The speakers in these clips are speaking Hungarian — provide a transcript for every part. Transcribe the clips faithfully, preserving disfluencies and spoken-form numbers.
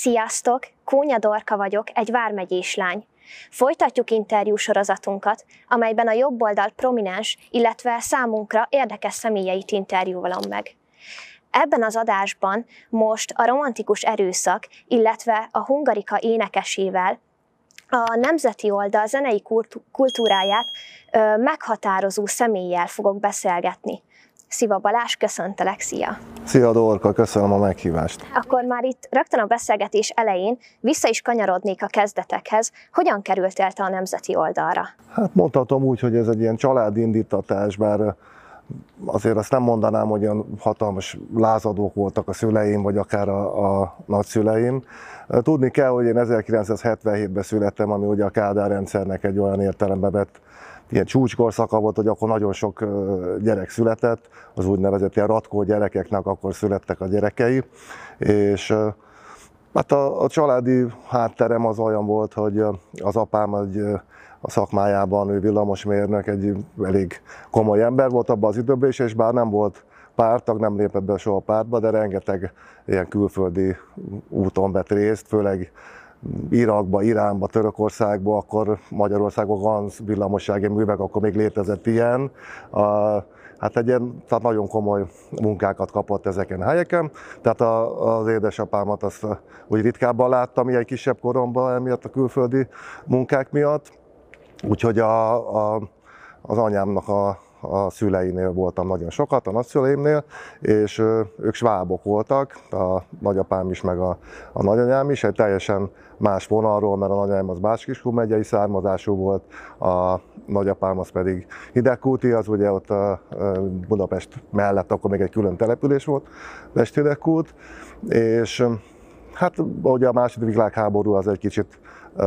Sziasztok! Kónya Dorka vagyok, egy vármegyés lány. Folytatjuk interjú sorozatunkat, amelyben a jobb oldal prominens, illetve számunkra érdekes személyeit interjúvalom meg. Ebben az adásban most a romantikus erőszak, illetve a Hungarika énekesével a nemzeti oldal zenei kultúráját ö, meghatározó személlyel fogok beszélgetni. Sziva Balázs, köszöntelek, szia! Szia Dorka, köszönöm a meghívást! Akkor már itt rögtön a beszélgetés elején vissza is kanyarodnék a kezdetekhez. Hogyan kerültél te a nemzeti oldalra? Hát mondhatom úgy, hogy ez egy ilyen családindítatás, bár azért azt nem mondanám, hogy olyan hatalmas lázadók voltak a szüleim, vagy akár a, a nagyszüleim. Tudni kell, hogy én ezerkilencszázhetvenhétben születtem, ami ugye a Kádár rendszernek egy olyan értelembe vett ilyen csúcskorszaka volt, hogy akkor nagyon sok gyerek született, az úgynevezett ilyen ratkó gyerekeknek akkor születtek a gyerekei, és hát a, a családi hátterem az olyan volt, hogy az apám egy, a szakmájában ő villamosmérnök, egy elég komoly ember volt abban az időben is, és bár nem volt pártag, nem lépett be soha pártba, de rengeteg ilyen külföldi úton vett részt, főleg Irakba, Iránba, Törökországba, akkor Magyarországon Ganz villamossági művek, akkor még létezett ilyen. A, hát egy ilyen, tehát nagyon komoly munkákat kapott ezeken a helyeken. Tehát a, az édesapámat azt úgy ritkábban láttam ilyen kisebb koromban, emiatt a külföldi munkák miatt. Úgyhogy a, a, az anyámnak a a szüleinél voltam nagyon sokat, a nagyszüleimnél, és ők svábok voltak, a nagyapám is, meg a, a nagyanyám is, egy teljesen más vonalról, mert a nagyanyám az Bács-Kiskun megyei származású volt, a nagyapám az pedig Hidegkúti, az ugye ott a Budapest mellett akkor még egy külön település volt, Pest-Hidegkút, és hát ugye a második világháború az egy kicsit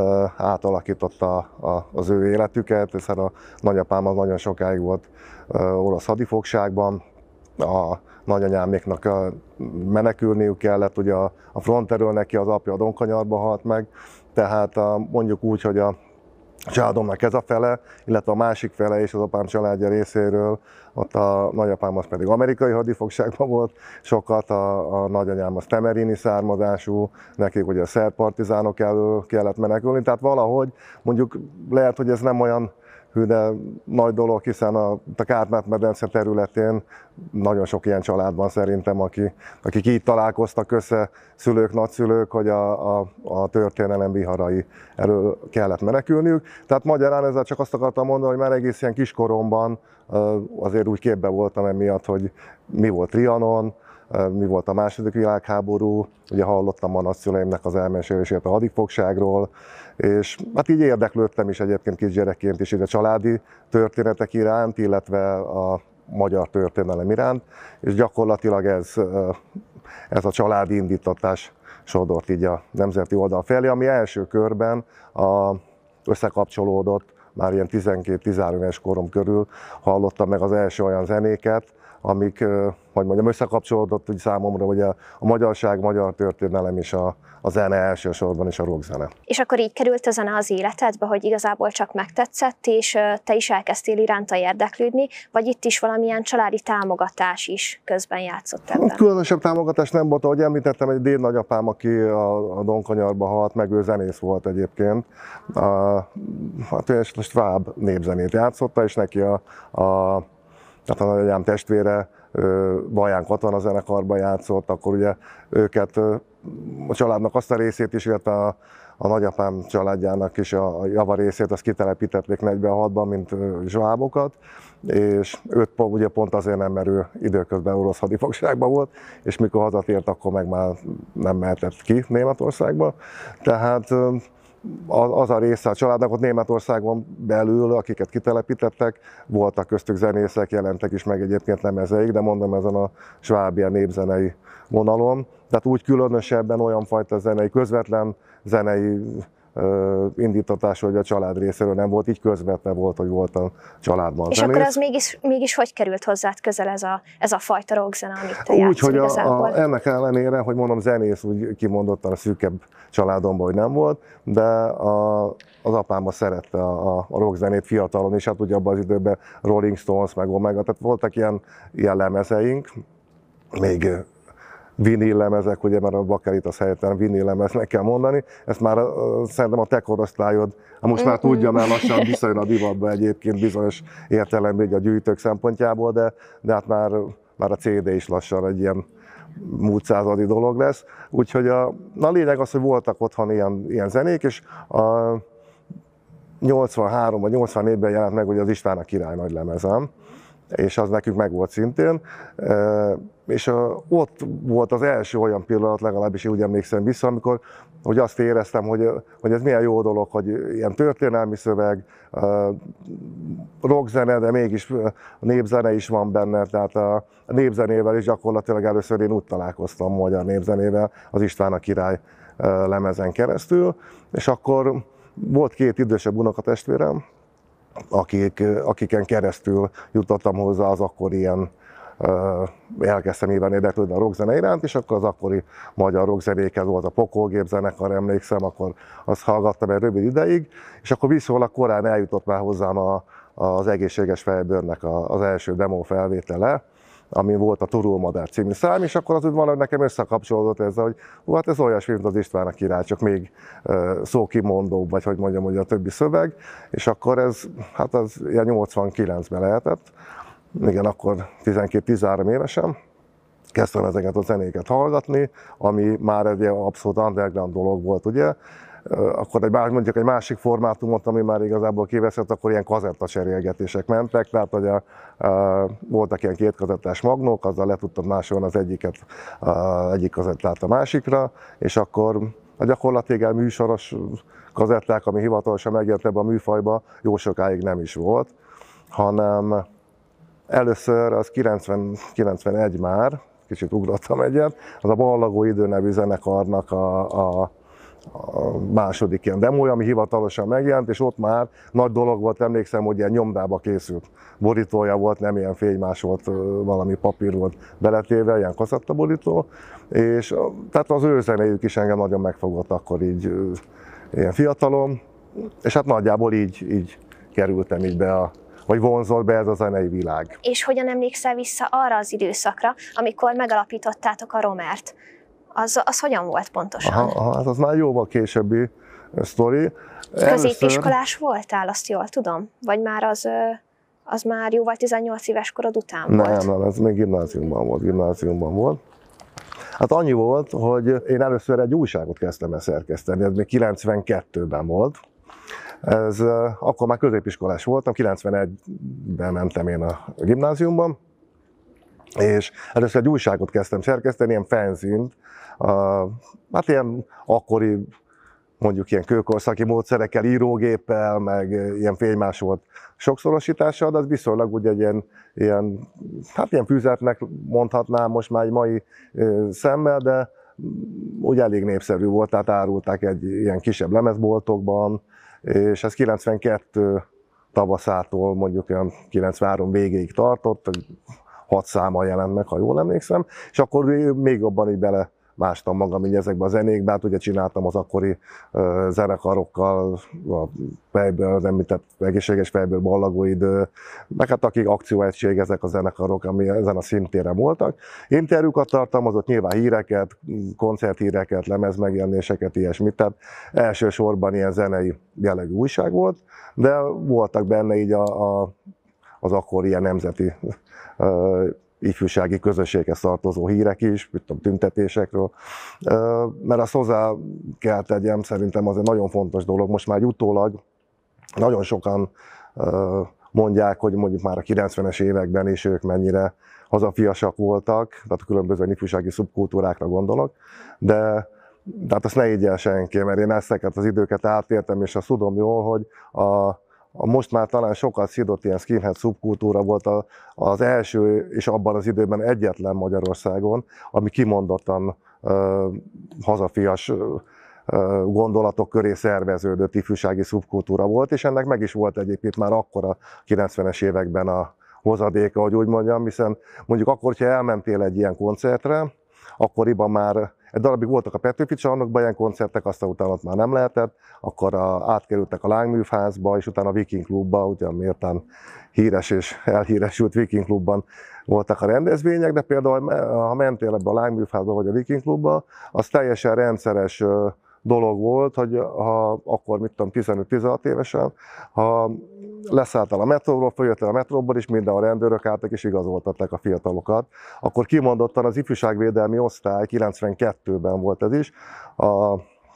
átalakította az ő életüket, hiszen a nagyapám az nagyon sokáig volt orosz hadifogságban, a nagyanyáméknak menekülniük kellett, ugye a fronterről neki az apja a Donkanyarba halt meg, tehát mondjuk úgy, hogy a családomnak ez a fele, illetve a másik fele és az apám családja részéről, ott a nagyapám az pedig amerikai hadifogságban volt sokat, a, a nagyanyám az temerini származású, nekik ugye a szerb partizánok elől kellett menekülni, tehát valahogy mondjuk lehet, hogy ez nem olyan hű, de nagy dolog, hiszen a, a Kárpát-medence területén nagyon sok ilyen család van szerintem, aki, akik így találkoztak össze, szülők, nagyszülők, hogy a, a, a történelem viharai elől kellett menekülniük. Tehát magyarán ezzel csak azt akartam mondani, hogy már egész ilyen kiskoromban azért úgy képbe voltam emiatt, hogy mi volt Trianon, mi volt a második világháború, ugye hallottam a nagyszüleimnek az elmesélését a hadifogságról, és hát így érdeklődtem is egyébként kisgyerekként is így a családi történetek iránt, illetve a magyar történelem iránt, és gyakorlatilag ez, ez a családi indítatás sodort így a nemzeti oldal felé, ami első körben a, összekapcsolódott, már ilyen tizenkét-tizenhárom éves korom körül hallottam meg az első olyan zenéket, amik, hogy mondjam, összekapcsolódott hogy számomra, hogy a, a magyarság, magyar történelem és a, a zene elsősorban is a rockzene. És akkor így került a zene az életedbe, hogy igazából csak megtetszett, és te is elkezdtél iránta érdeklődni, vagy itt is valamilyen családi támogatás is közben játszott ebben? Különösebb támogatás nem volt, ahogy említettem, egy dédnagyapám, aki a, a Donkanyarba halt, meg ő zenész volt egyébként. A, hát ő a sváb népzenét játszotta, és neki a, a tehát a nagyanyám testvére Baján katonazenekarban játszott, akkor ugye őket, a családnak azt a részét is, illetve a, a nagyapám családjának is a java részét, azt kitelepítették negyvenhatban, mint zsvábokat, és őt ugye pont azért nem, mert ő időközben orosz hadifogságban volt, és mikor hazatért, akkor meg már nem mehetett ki Németországba. Tehát az a része a családnak ott Németországon belül, akiket kitelepítettek, voltak köztük zenészek, jelentek is meg egyébként lemezeik, de mondom ezen a svábia népzenei vonalon. Tehát úgy különösebben olyan fajta zenei, közvetlen zenei indítatás, hogy a család részéről nem volt, így közvetve volt, hogy volt a családban És zenész. akkor az mégis, mégis hogy került hozzád közel ez a, ez a fajta rockzene, amit te úgy, játszol hogy igazából? A, a, ennek ellenére, hogy mondom, zenész úgy kimondottan a szűkebb családomban, hogy nem volt, de a, az apám azt szerette a, a rockzenét fiatalon, és hát ugye abban az időben Rolling Stones, meg Omega, tehát voltak ilyen, ilyen lemezeink, még vinillemezek, ugye, mert a bakelit az helyetlen vinillemeznek kell mondani, ezt már uh, szerintem a te korosztályod, most már tudja, mert lassan visszajön a divatba egyébként bizonyos értelemben így a gyűjtők szempontjából, de, de hát már, már a cé dé is lassan egy ilyen múlt századi dolog lesz. Úgyhogy a, a lényeg az, hogy voltak otthon ilyen, ilyen zenék, és a nyolcvanhárom vagy nyolcvannégyben jelent meg ugye az István a király nagy lemezem, és az nekünk meg volt szintén. És ott volt az első olyan pillanat, legalábbis én úgy emlékszem vissza, amikor hogy azt éreztem, hogy, hogy ez milyen jó dolog, hogy ilyen történelmi szöveg, rockzene, de mégis népzene is van benne, tehát a népzenével is gyakorlatilag először én úgy találkoztam magyar népzenével az István a király lemezen keresztül, és akkor volt két idősebb unokatestvérem, akik, akiken keresztül jutottam hozzá az akkori ilyen, elkezdtem nyilván érdeklődni a rockzene iránt, és akkor az akkori magyar rockzenékhez volt a Pokolgép zenekar, emlékszem, akkor azt hallgattam egy rövid ideig, és akkor viszonylag korán eljutott már hozzám a, az Egészséges Fejbőrnek az első demo felvétele, ami volt a Turulmadár című szám, és akkor az úgy valahogy nekem összekapcsolódott ezzel, hogy hú, hát ez olyasmi, mint az István a király, csak még szókimondóbb, vagy hogy mondjam, hogy a többi szöveg, és akkor ez, hát az ilyen nyolcvankilencben lehetett, igen, akkor tizenkét-tizenhárom évesen kezdtem ezeket a zenéket hallgatni, ami már egy abszolút underground dolog volt, ugye. Akkor egy, mondjuk egy másik formátumot, ami már igazából kiveszett, akkor ilyen kazettacserélgetések mentek, tehát ugye, uh, voltak ilyen kétkazettás magnók, azzal le tudtad másolni az egyiket, uh, egyik kazettát a másikra, és akkor a gyakorlatilag műsoros kazetták, ami hivatalosan megjelent ebbe a műfajba, jó sokáig nem is volt, hanem először az kilencven kilencvenegy már, kicsit ugrottam egyet, az a Ballagó idő nevű zenekarnak a, a a második ilyen demója, ami hivatalosan megjelent, és ott már nagy dolog volt, emlékszem, hogy ilyen nyomdába készült borítója volt, nem ilyen fénymás volt, valami papír volt beletéve, ilyen kazettaborító, és tehát az ő zenéjük is engem nagyon megfogott akkor így ilyen fiatalom, és hát nagyjából így, így kerültem így be a vagy vonzol be ez a zenei világ. És hogyan emlékszel vissza arra az időszakra, amikor megalapítottátok a Romert? Az, az hogyan volt pontosan? Aha, aha, hát az már jóval későbbi sztori. Középiskolás voltál, azt jól tudom? Vagy már az, az már jóval tizennyolc éves korod után nem, volt? Nem, ez még gimnáziumban volt, gimnáziumban volt. Hát annyi volt, hogy én először egy újságot kezdtem el szerkeszteni, ez még kilencvenkettőben volt. Ez, akkor már középiskolás voltam, kilencvenegyben mentem én a gimnáziumban, és először egy újságot kezdtem szerkeszteni, ilyen fanzint, hát ilyen akkori, mondjuk ilyen kőkorszaki módszerekkel, írógéppel, meg ilyen fénymásolt sokszorosítással, de az viszonylag ugye egy ilyen, ilyen, hát ilyen füzetnek mondhatnám most már egy mai szemmel, de úgy elég népszerű volt, tehát árulták egy ilyen kisebb lemezboltokban, és ez kilencvenkettő tavaszától mondjuk olyan kilencvenhárom végéig tartott, hat száma jelent meg, ha jól emlékszem, és akkor még jobban így bele mástam magam így ezekbe a zenékbe, hát ugye csináltam az akkori uh, zenekarokkal, a fejből, az említett Egészséges Fejbőr, Ballagó idő, meg hát akik akcióegység ezek a zenekarok, ami ezen a szintéren voltak. Interjúkat tartalmazott, nyilván híreket, koncerthíreket, lemezmegjelenéseket, ilyesmit, tehát elsősorban ilyen zenei jellegű újság volt, de voltak benne így a, a, az akkori ilyen nemzeti uh, ifjúsági közösséghez tartozó hírek is, mit tudom, tüntetésekről, mert azt hozzá kell tegyem, szerintem az egy nagyon fontos dolog. Most már utólag nagyon sokan mondják, hogy mondjuk már a kilencvenes években is ők mennyire hazafiasak voltak, tehát a különböző ifjúsági szubkultúrákra gondolok, de tehát azt ne így el senki, mert én ezeket az időket átértem, és azt tudom jól, hogy a A most már talán sokat szidott ilyen skinhead szubkultúra volt a, az első, és abban az időben egyetlen Magyarországon, ami kimondottan uh, hazafias uh, gondolatok köré szerveződött ifjúsági szubkultúra volt, és ennek meg is volt egyébként már akkor a kilencvenes években a hozadéka, hogy úgy mondjam, hiszen mondjuk akkor, hogyha elmentél egy ilyen koncertre, akkoriban már egy darabig voltak a Petőfi csarnokban ilyen koncertek, aztán utána ott már nem lehetett, akkor a, átkerültek a Lángművházba, és utána a Viking Klubba, ugye méltán híres és elhíresült Viking Klubban voltak a rendezvények, de például ha mentél ebbe a Lángművházba vagy a Viking Klubba, az teljesen rendszeres dolog volt, hogy ha akkor, mit tudom, tizenöt-tizenhat évesen, ha leszálltál a metróról, följöttél a metróból, és minden a rendőrök álltak és igazoltatták a fiatalokat, akkor kimondottan az ifjúságvédelmi osztály, kilencvenkettőben volt ez is, a,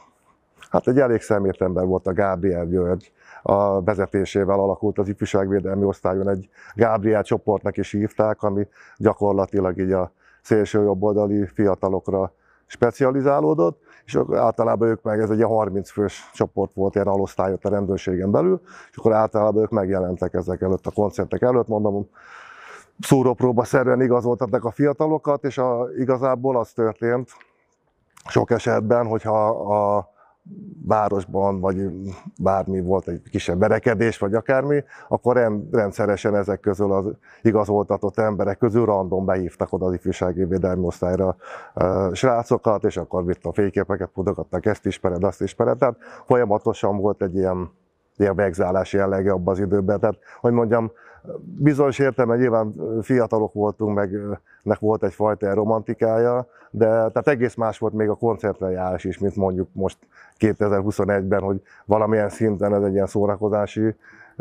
hát egy elég szemét ember volt, a Gábriel György, a vezetésével alakult az ifjúságvédelmi osztályon egy Gábriel csoportnak is hívták, ami gyakorlatilag így a szélső jobboldali fiatalokra specializálódott, és általában ők meg, ez egy harminc fős csoport volt, ilyen alosztályot a rendőrségen belül, és akkor általában ők megjelentek ezek előtt, a koncertek előtt, mondom, szúrópróba szerűen igazoltatták a fiatalokat, és a, igazából az történt sok esetben, hogyha a városban, vagy bármi volt egy kisebb verekedés, vagy akármi, akkor rend, rendszeresen ezek közül az igazoltatott emberek közül random behívtak oda az ifjúsági védelmi osztályra uh, srácokat, és akkor vitt a fényképeket, mutogattak, ezt ismered, azt ismered. Tehát folyamatosan volt egy ilyen, ilyen vegzálási jellege abban az időben. Tehát, hogy mondjam, bizonyos értelemben nyilván fiatalok voltunk, meg nek volt egyfajta romantikája, de tehát egész más volt még a koncertre járás is, mint mondjuk most kétezer-huszonegyben, hogy valamilyen szinten ez egy ilyen szórakozási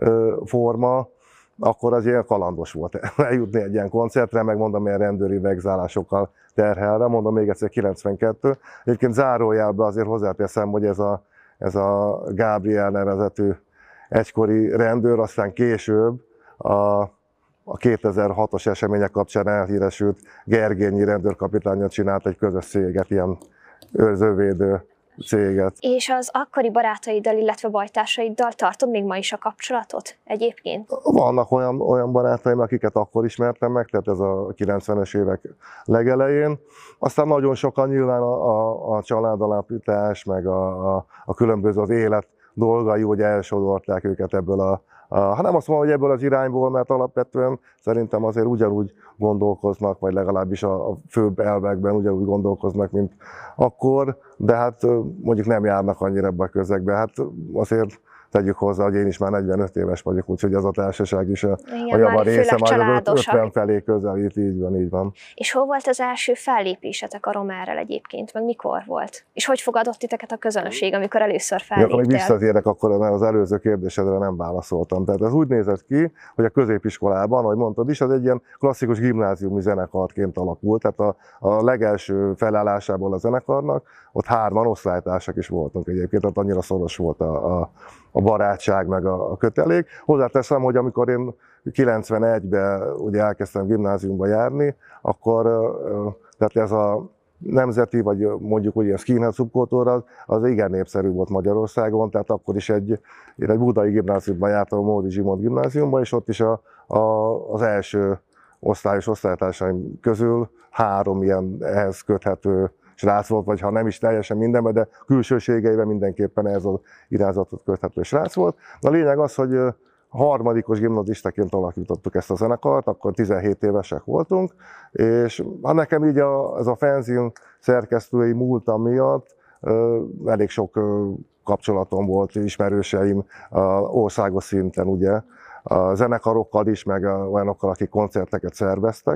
forma, akkor az ilyen kalandos volt eljutni egy ilyen koncertre, meg mondom, ilyen rendőri vegzálásokkal terhelve, mondom még egyszer kilencvenkettő. Egyébként zárójelben azért hozzáteszem, hogy ez a, ez a Gábriel nevezetű egykori rendőr, aztán később a a kétezer-hatos események kapcsán elhíresült Gergényi rendőrkapitánnyal csinált egy közös céget, ilyen őrzővédő céget. És az akkori barátaiddal, illetve bajtársaiddal tartod még ma is a kapcsolatot egyébként? Vannak olyan, olyan barátaim, akiket akkor ismertem meg, tehát ez a kilencvenes évek legelején. Aztán nagyon sokan nyilván a, a, a családalapítás, meg a, a, a különböző az élet dolgai, hogy elsodorták őket ebből a Ha nem azt mondom, hogy ebből az irányból, mert alapvetően szerintem azért ugyanúgy gondolkoznak, vagy legalábbis a főbb elvekben ugyanúgy gondolkoznak, mint akkor, de hát mondjuk nem járnak annyira ebbe a közegbe. Hát azért tegyük hozzá, hogy én is már negyvenöt éves vagyok, úgyhogy az a társaság is a, igen, a java része már az ötven felé közelít, így van, így van. És hol volt az első fellépésetek a Romerrel egyébként, meg mikor volt? És hogy fogadott titeket a közönség, amikor először felléptél? Ja, amíg visszatérek, akkor mert az előző kérdésedre nem válaszoltam. Tehát ez úgy nézett ki, hogy a középiskolában, ahogy mondtad is, az egy ilyen klasszikus gimnáziumi zenekarként alakult, tehát a, a legelső felállásából a zenekarnak, ott hárman osztálytársak is voltunk egyébként, tehát annyira szoros volt a, a a barátság, meg a, a kötelék. Hozzáteszem, hogy amikor én kilencvenegyben ugye elkezdtem gimnáziumba járni, akkor tehát ez a nemzeti, vagy mondjuk úgy ilyen skinhead szubkultúra, az igen népszerű volt Magyarországon, tehát akkor is egy, én egy budai gimnáziumban jártam, a Móri Zsimond gimnáziumban, és ott is a, a, az első osztályos osztálytársaim közül három ilyen ehhez köthető srác volt, vagy ha nem is teljesen mindenben, de külsőségeiben mindenképpen ez az irányzatot köthető srác volt. A lényeg az, hogy harmadikos gimnazistaként alakítottuk ezt a zenekart, akkor tizenhét évesek voltunk, és ha nekem így a, ez a fanzine szerkesztői múltam miatt elég sok kapcsolatom volt, ismerőseim országos szinten, ugye, a zenekarokkal is, meg olyanokkal, akik koncerteket szerveztek,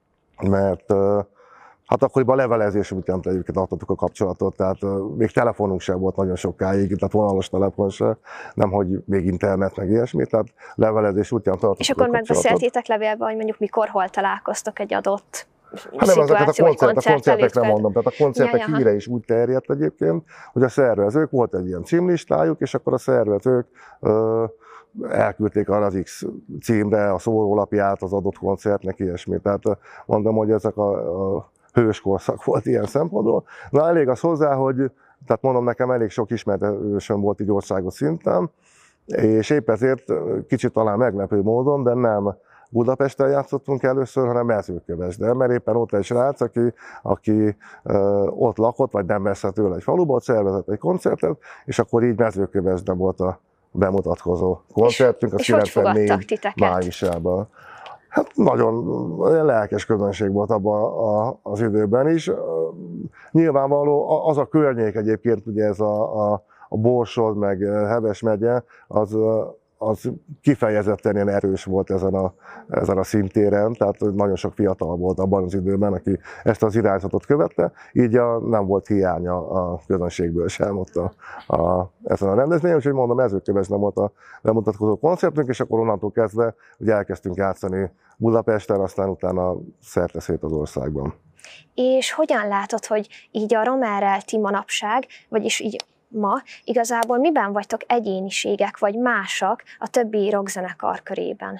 mert hát akkoriban levelezés után egyébként tartottuk a kapcsolatot, tehát uh, még telefonunk sem volt nagyon sokáig, tehát vonalos telefon sem, nemhogy még internet, meg ilyesmi, tehát levelezés után tartottuk. És akkor megbeszéltétek levélben, hogy mondjuk mikor, hol találkoztok egy adott hát nem, ezeket a, koncert, a koncertekre mondom, tehát a koncertek ja, híre is úgy terjedt egyébként, hogy a szervezők, volt egy ilyen címlistájuk, és akkor a szervezők uh, elküldték arra az X címre a szórólapját az adott koncertnek, ilyesmi. Tehát uh, mondom, hogy ezek a, a hős korszak volt ilyen szempontból. Na elég az hozzá, hogy tehát mondom, nekem elég sok ismerősöm volt így országos szinten, és épp ezért kicsit talán meglepő módon, de nem Budapesten játszottunk először, hanem Mezőkövesden, mert éppen ott egy srác, aki, aki uh, ott lakott, vagy nem messze tőle egy faluban, ott szervezett egy koncertet, és akkor így Mezőkövesden volt a bemutatkozó koncertünk, a kilencvennégy májusában. Hát nagyon lelkes közönség volt abban az időben is. Nyilvánvaló az a környék egyébként, ugye ez a, a, a Borsod, meg Heves megye, az, az kifejezetten ilyen erős volt ezen a, ezen a szintéren, tehát nagyon sok fiatal volt abban az időben, aki ezt az irányzatot követte, így a, nem volt hiánya a közönségből sem ott a, a, ezen a rendezvényen, úgyhogy mondom, Mezőkövesden volt a bemutatkozó koncertünk, és akkor onnantól kezdve ugye elkezdtünk játszani Budapesten, aztán utána szerte szét az országban. És hogyan látod, hogy így a Romerrel ti manapság, vagyis így ma igazából miben vagytok egyéniségek, vagy másak a többi rockzenekar körében?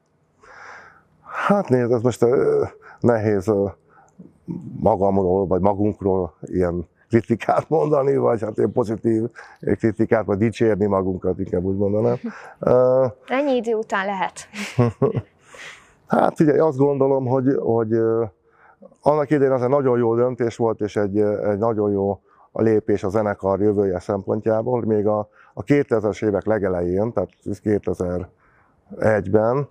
Hát nézd, ez most nehéz magamról, vagy magunkról ilyen kritikát mondani, vagy hát ilyen pozitív kritikát, vagy dicsérni magunkat, inkább úgy mondanám. Ennyi idő után lehet. Hát figyelj, azt gondolom, hogy, hogy annak idején az egy nagyon jó döntés volt, és egy, egy nagyon jó a lépés a zenekar jövője szempontjából. Még a, a kétezres évek legelején, tehát kétezer-egyben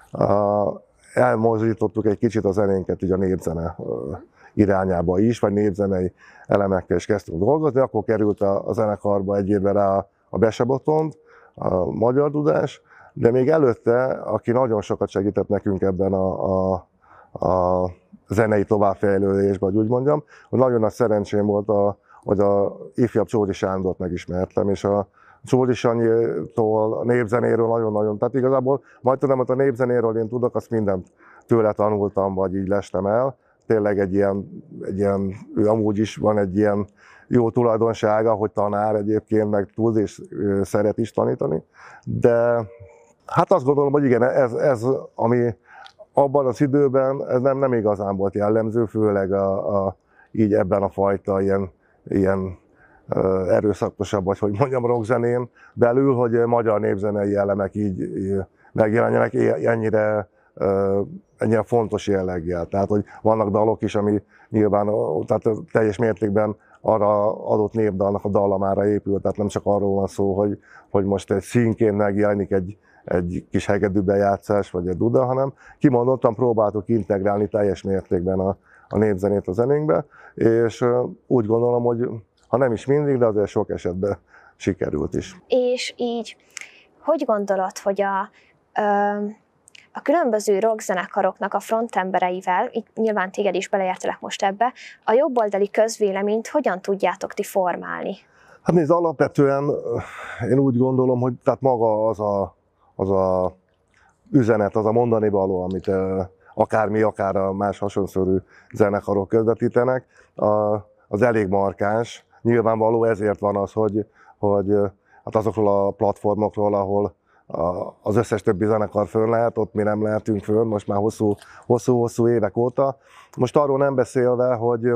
elmozdítottuk egy kicsit a zenénket így a népzene irányába is, vagy népzenei elemekkel is kezdtünk dolgozni, akkor került a, a zenekarba egy évben rá a Bese Botond, a Magyar Dudás, de még előtte, aki nagyon sokat segített nekünk ebben a, a, a zenei továbbfejlődésben, hogy úgy mondjam, hogy nagyon nagy szerencsém volt, a, hogy a ifjabb Csóri Sándort megismertem, és a Csóri Sanyitól, a népzenéről nagyon-nagyon, tehát igazából majd tudom, hogy a népzenéről én tudok, azt mindent tőle tanultam, vagy így lestem el. Tényleg egy ilyen, egy ilyen, ő amúgy is van egy ilyen jó tulajdonsága, hogy tanár egyébként, meg tud és szeret is tanítani, de hát azt gondolom, hogy igen, ez, ez ami abban az időben ez nem, nem igazán volt jellemző, főleg a, a, így ebben a fajta ilyen, ilyen uh, erőszakosabb, vagy hogy mondjam, rockzenén belül, hogy magyar népzenei elemek így, így megjelenjenek ennyire, uh, ennyire fontos jelleggel. Tehát, hogy vannak dalok is, ami nyilván tehát teljes mértékben arra adott népdalnak a dallamára épül, tehát nem csak arról van szó, hogy, hogy most egy színként megjelenik egy egy kis hegedűbejátszás, vagy egy duda, hanem kimondottan próbáltuk integrálni teljes mértékben a, a népzenét a zenénkbe, és uh, úgy gondolom, hogy ha nem is mindig, de azért sok esetben sikerült is. És így, hogy gondolod, hogy a, a különböző rockzenekaroknak a frontembereivel, így nyilván téged is beleértelek most ebbe, a jobboldali közvéleményt hogyan tudjátok ti formálni? Hát nézd, alapvetően én úgy gondolom, hogy tehát maga az a az a üzenet, az a mondani való, amit akár mi, akár a más hasonszörű zenekarok közvetítenek, az elég markáns. Nyilvánvaló, ezért van az, hogy, hogy hát azokról a platformokról, ahol az összes többi zenekar fönn lehet, ott mi nem lehetünk fönn, most már hosszú-hosszú évek óta. Most arról nem beszélve, hogy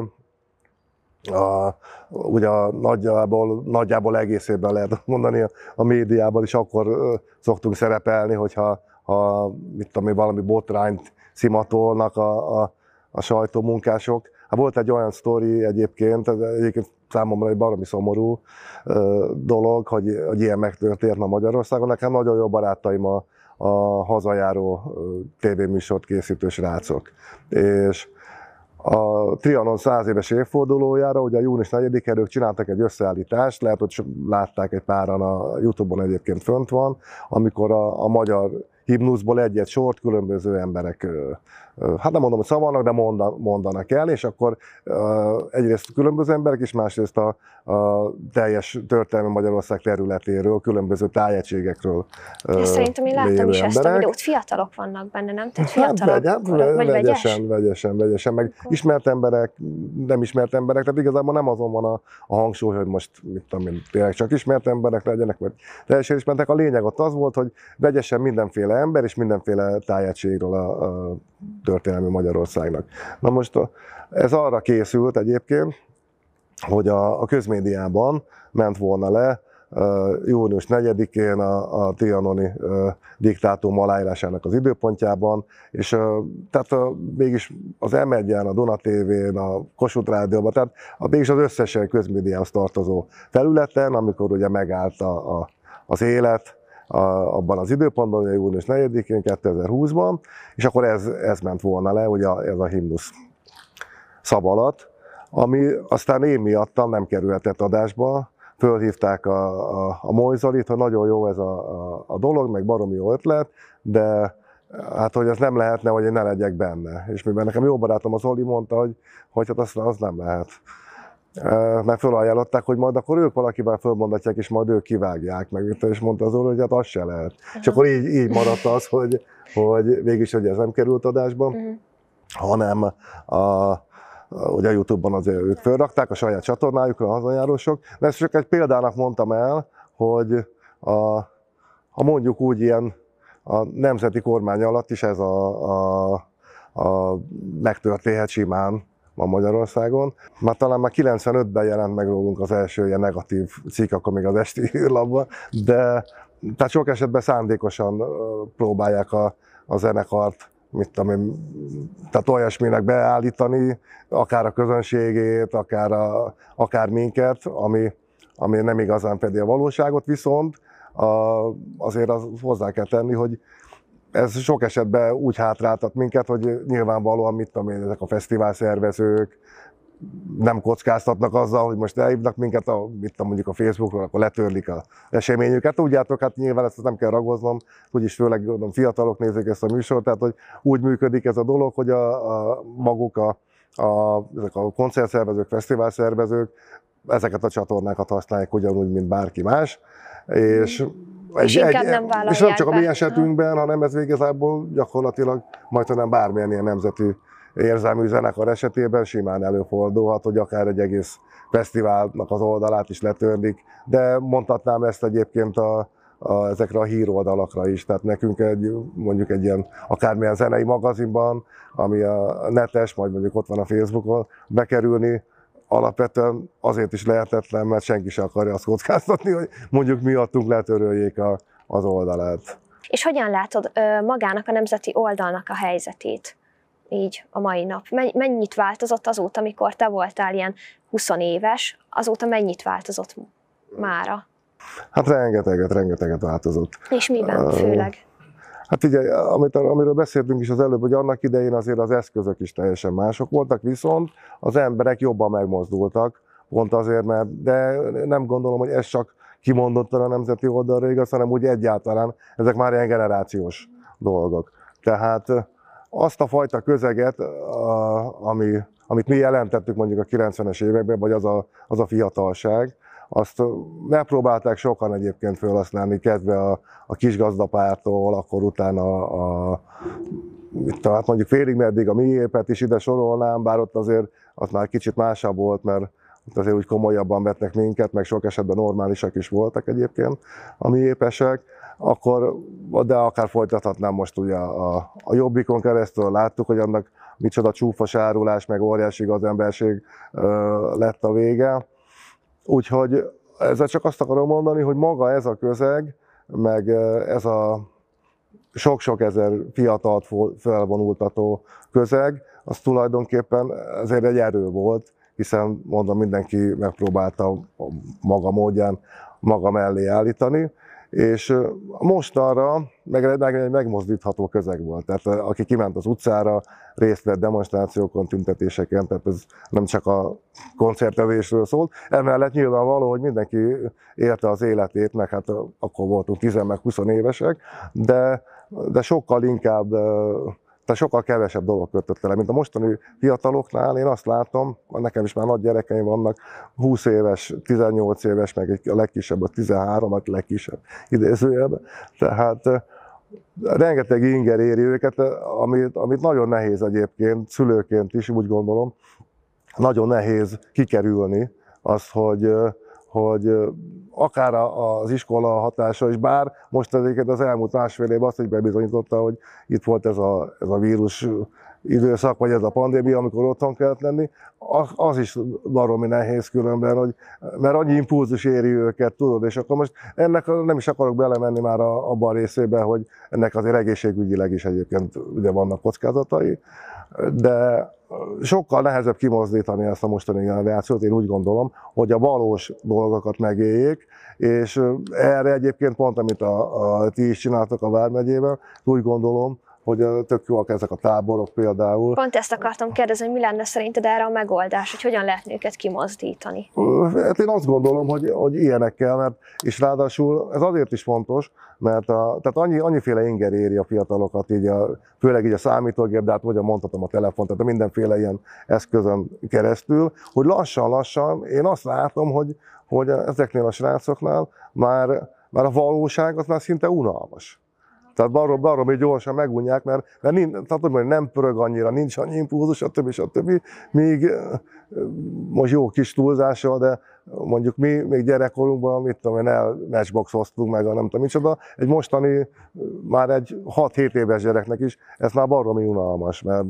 A, ugye a nagyjából, nagyjából egész évben lehet mondani, a, a médiában is akkor uh, szoktunk szerepelni, hogyha ha, mit tudom, valami botrányt szimatolnak a, a, a sajtómunkások. Hát volt egy olyan sztori egyébként, egyébként számomra egy baromi szomorú uh, dolog, hogy, hogy ilyen megtörtént ma Magyarországon. Nekem nagyon jó barátaim a, a hazajáró uh, tévéműsort készítő srácok. És a Trianon száz éves évfordulójára, ugye a június negyedikén ők csináltak egy összeállítást, lehet, hogy látták egy páran, a YouTube-on egyébként fönt van, amikor a, a magyar himnuszból egy-egy sort különböző emberek, hát nem mondom, hogy szavalnak, de mondanak el, és akkor egyrészt különböző emberek, és másrészt a, a teljes történelmi Magyarország területéről, különböző tájegységekről. Szerintem én láttam is ezt a videót, fiatalok vannak benne, nem? Tehát fiatalok, hát, hát, korok, vagy vegyesen, vegyesen, vegyesen, meg akkor ismert emberek, nem ismert emberek, tehát igazából nem azon van a, a hangsúly, hogy most, mit tudom én, tényleg csak ismert emberek legyenek, vagy teljesen ismertek. A lényeg ott az volt, hogy vegyesen mindenféle ember és mindenféle tájegységről a, a történelmi Magyarországnak. Na most ez arra készült egyébként, hogy a, a közmédiában ment volna le uh, június negyedikén a, a trianoni uh, diktátum aláírásának az időpontjában, és uh, tehát uh, mégis az em egyen, a Duna té vén, a Kossuth Rádióban, tehát a, mégis az összes közmédiához tartozó felületen, amikor ugye megállt a, a, az élet, a, abban az időpontban, ugye június negyedikén, kétezer-húszban, és akkor ez, ez ment volna le, ugye ez a himnusz szab alatt, ami aztán én miattam nem kerülhetett adásba. Fölhívták a, a, a Mojzalit, hogy nagyon jó ez a, a, a dolog, meg baromi jó ötlet, de hát, hogy ez nem lehetne, hogy én ne legyek benne. És mivel nekem jó barátom az Oli mondta, hogy, hogy hát az, az nem lehet. Mert fölajánlották, hogy majd akkor ők valakivel fölmondatják, és majd ők kivágják meg. És mondta az Oli, hogy hát az se lehet. Uh-huh. És akkor így, így maradt az, hogy, hogy végülis hogy ez nem került adásba, uh-huh. hanem a ugye a YouTube-ban azért ők felrakták a saját csatornájukra, a hazajárósok, de ezt csak egy példának mondtam el, hogy a, a mondjuk úgy ilyen a nemzeti kormány alatt is ez a, a, a megtörténhet simán ma Magyarországon. Már talán már kilencvenötben jelent meg rólunk az első ilyen negatív cikk, akkor még az esti hírlapban, de tehát sok esetben szándékosan próbálják a, a zenekart, mit tudom én, tehát olyasminek beállítani, akár a közönségét, akár, a, akár minket, ami, ami nem igazán fedi a valóságot, viszont a, azért az hozzá kell tenni, hogy ez sok esetben úgy hátráltat minket, hogy nyilvánvalóan, mit tudom én, ezek a fesztivál szervezők nem kockáztatnak azzal, hogy most elhívnak minket, a, mit tudom, mondjuk a Facebookról, akkor letörlik az eseményüket. Tudjátok, hát nyilván ezt nem kell ragoznom, úgyis főleg gondolom, fiatalok nézik ezt a műsort, tehát hogy úgy működik ez a dolog, hogy a, a maguk a, a, ezek a koncertszervezők, fesztiválszervezők ezeket a csatornákat használják ugyanúgy, mint bárki más. És És egy, inkább egy, nem vállalják És nem csak be. a mi esetünkben, hanem ez végezából gyakorlatilag majdnem bármilyen ilyen nemzeti érzelmű zenekar esetében simán előfordulhat, hogy akár egy egész fesztiválnak az oldalát is letörlik, de mondhatnám ezt egyébként a, a, ezekre a híroldalakra is, tehát nekünk egy, mondjuk egy ilyen akármilyen zenei magazinban, ami a netes, majd mondjuk ott van a Facebookon, bekerülni, alapvetően azért is lehetetlen, mert senki sem akarja azt kockáztatni, hogy mondjuk miattunk letöröljék a, az oldalát. És hogyan látod ö, magának a nemzeti oldalnak a helyzetét? Így a mai nap. Mennyit változott azóta, amikor te voltál ilyen húsz éves, azóta mennyit változott mára? Hát rengeteget, rengeteget változott. És miben főleg? Hát figyelj, amit, amiről beszéltünk is az előbb, hogy annak idején azért az eszközök is teljesen mások voltak, viszont az emberek jobban megmozdultak, pont azért, mert de nem gondolom, hogy ez csak kimondottan a nemzeti oldalra igaz, hanem úgy egyáltalán, ezek már ilyen generációs dolgok. Tehát azt a fajta közeget, ami, amit mi jelentettük mondjuk a kilencvenes években, vagy az a, az a fiatalság, azt megpróbálták sokan egyébként felhasználni, kezdve a, a kisgazdapártól, akkor utána a, a hát mondjuk félig meddig a miépet is ide sorolnám, bár ott azért az már kicsit másabb volt, mert ott azért úgy komolyabban vettek minket, meg sok esetben normálisak is voltak egyébként a miépesek. Akkor, de akár folytathatnám most ugye a, a Jobbikon keresztül, láttuk, hogy annak micsoda csúfos árulás, meg óriási gazemberség lett a vége. Úgyhogy ezzel csak azt akarom mondani, hogy maga ez a közeg, meg ez a sok-sok ezer fiatalt felvonultató közeg, az tulajdonképpen ezért egy erő volt, hiszen mondom, mindenki megpróbálta maga módján maga mellé állítani, és mostanra meg, meg egy megmozdítható közeg volt. Tehát aki kiment az utcára, részt vett demonstrációkon, tüntetéseken, tehát ez nem csak a koncertezésről szólt. Emellett nyilvánvaló, hogy mindenki élte az életét, meg hát akkor voltunk tíz meg húsz évesek, de, de sokkal inkább, tehát sokkal kevesebb dolog kötött le, mint a mostani fiataloknál. Én azt látom, nekem is már nagy gyerekeim vannak, húsz éves, tizennyolc éves, meg a legkisebb a tizenhárom, a legkisebb idézőjelben. Tehát rengeteg inger éri őket, amit, amit nagyon nehéz egyébként, szülőként is úgy gondolom, nagyon nehéz kikerülni azt, hogy, hogy akár az iskola hatása is, bár most egyébként az elmúlt másfél évben azt is bebizonyította, hogy itt volt ez a, ez a vírus időszak, vagy ez a pandémia, amikor otthon kellett lenni, az is baromi nehéz különben, hogy, mert annyi impulzus éri őket, tudod, és akkor most ennek nem is akarok belemenni már abban a részébe, hogy ennek azért egészségügyileg is egyébként ugye vannak kockázatai, de sokkal nehezebb kimozdítani ezt a mostani generációt, én úgy gondolom, hogy a valós dolgokat megéljék, és erre egyébként pont, amit a, a ti is csináltak a Vármegyében, úgy gondolom, hogy tök jóak ezek a táborok például. Pont ezt akartam kérdezni, hogy mi lenne szerinted erre a megoldás, hogy hogyan lehetne őket kimozdítani? Hát én azt gondolom, hogy, hogy ilyenekkel, mert és ráadásul ez azért is fontos, mert a, tehát annyi, annyiféle inger éri a fiatalokat, így a, főleg így a számítógép, de hát vagy mondhatom a telefon, tehát a mindenféle ilyen eszközön keresztül, hogy lassan-lassan én azt látom, hogy, hogy ezeknél a srácoknál már, már a valóság az már szinte unalmas. Tehát arról, arról még gyorsan megunják, mert, mert nincs, tehát, nem pörög annyira, nincs annyi impulzus, stb. stb. Még most jó kis túlzással, de mondjuk mi még gyerekkorunkban, mit tudom én, el matchboxoztunk meg, a nem tudom micsoda, egy mostani, már egy hat-hét éves gyereknek is, ez már baromi unalmas, mert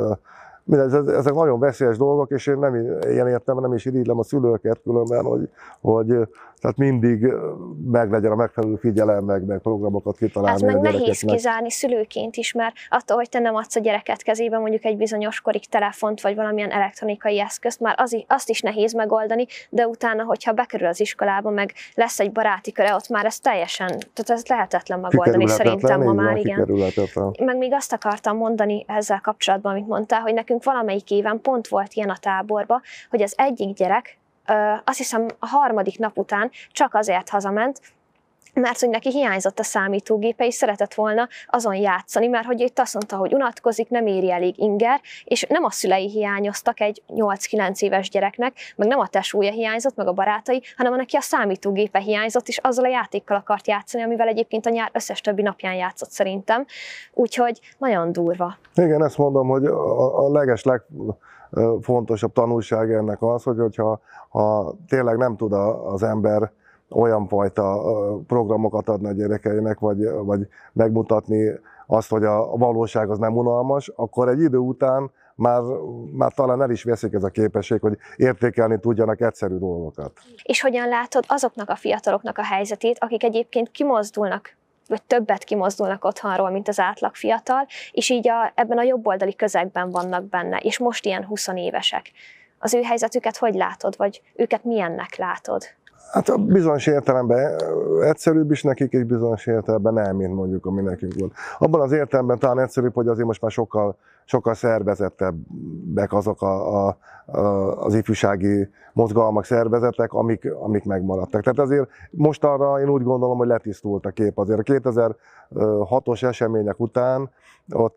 mindez, ezek nagyon veszélyes dolgok, és én nem ilyen értelemben nem is irigylem a szülőket különben, hogy, hogy tehát mindig meglegyen a megfelelő figyelem, meg, meg programokat kitalálni. Ez meg nehéz kizárni szülőként is, mert attól, hogy te nem adsz a gyereket kezébe mondjuk egy bizonyos korig telefont, vagy valamilyen elektronikai eszközt, már az, azt is nehéz megoldani, de utána, hogyha bekerül az iskolába, meg lesz egy baráti köre, ott már ez teljesen, tehát ez lehetetlen megoldani szerintem ma már, igen. Meg még azt akartam mondani ezzel kapcsolatban, amit mondtál, hogy nekünk valamelyik éven pont volt ilyen a táborban, hogy az egyik gyerek, azt hiszem a harmadik nap után csak azért hazament, mert hogy neki hiányzott a számítógépe, és szeretett volna azon játszani, mert hogy itt azt mondta, hogy unatkozik, nem éri elég inger, és nem a szülei hiányoztak egy nyolc-kilenc éves gyereknek, meg nem a tesója hiányzott, meg a barátai, hanem neki a számítógépe hiányzott, és azzal a játékkal akart játszani, amivel egyébként a nyár összes többi napján játszott szerintem. Úgyhogy nagyon durva. Igen, ezt mondom, hogy a, a leges legfontosabb tanulság ennek az, hogy hogyha ha tényleg nem tud az ember olyan fajta programokat adni a gyerekeinek, vagy, vagy megmutatni azt, hogy a valóság az nem unalmas, akkor egy idő után már, már talán el is veszik ez a képesség, hogy értékelni tudjanak egyszerű dolgokat. És hogyan látod azoknak a fiataloknak a helyzetét, akik egyébként kimozdulnak, vagy többet kimozdulnak otthonról, mint az átlag fiatal, és így a, ebben a jobboldali közegben vannak benne, és most ilyen huszonévesek. Az ő helyzetüket hogy látod, vagy őket milyennek látod? Hát bizonyos értelemben egyszerűbb is nekik, és bizonyos értelemben nem, mint mondjuk, ami nekünk volt. Abban az értelemben talán egyszerűbb, hogy azért most már sokkal, sokkal szervezettebbek azok a, a, a, az ifjúsági mozgalmak, szervezetek, amik, amik megmaradtak. Tehát azért most arra én úgy gondolom, hogy letisztult a kép. Azért a kétezer-hatos események után ott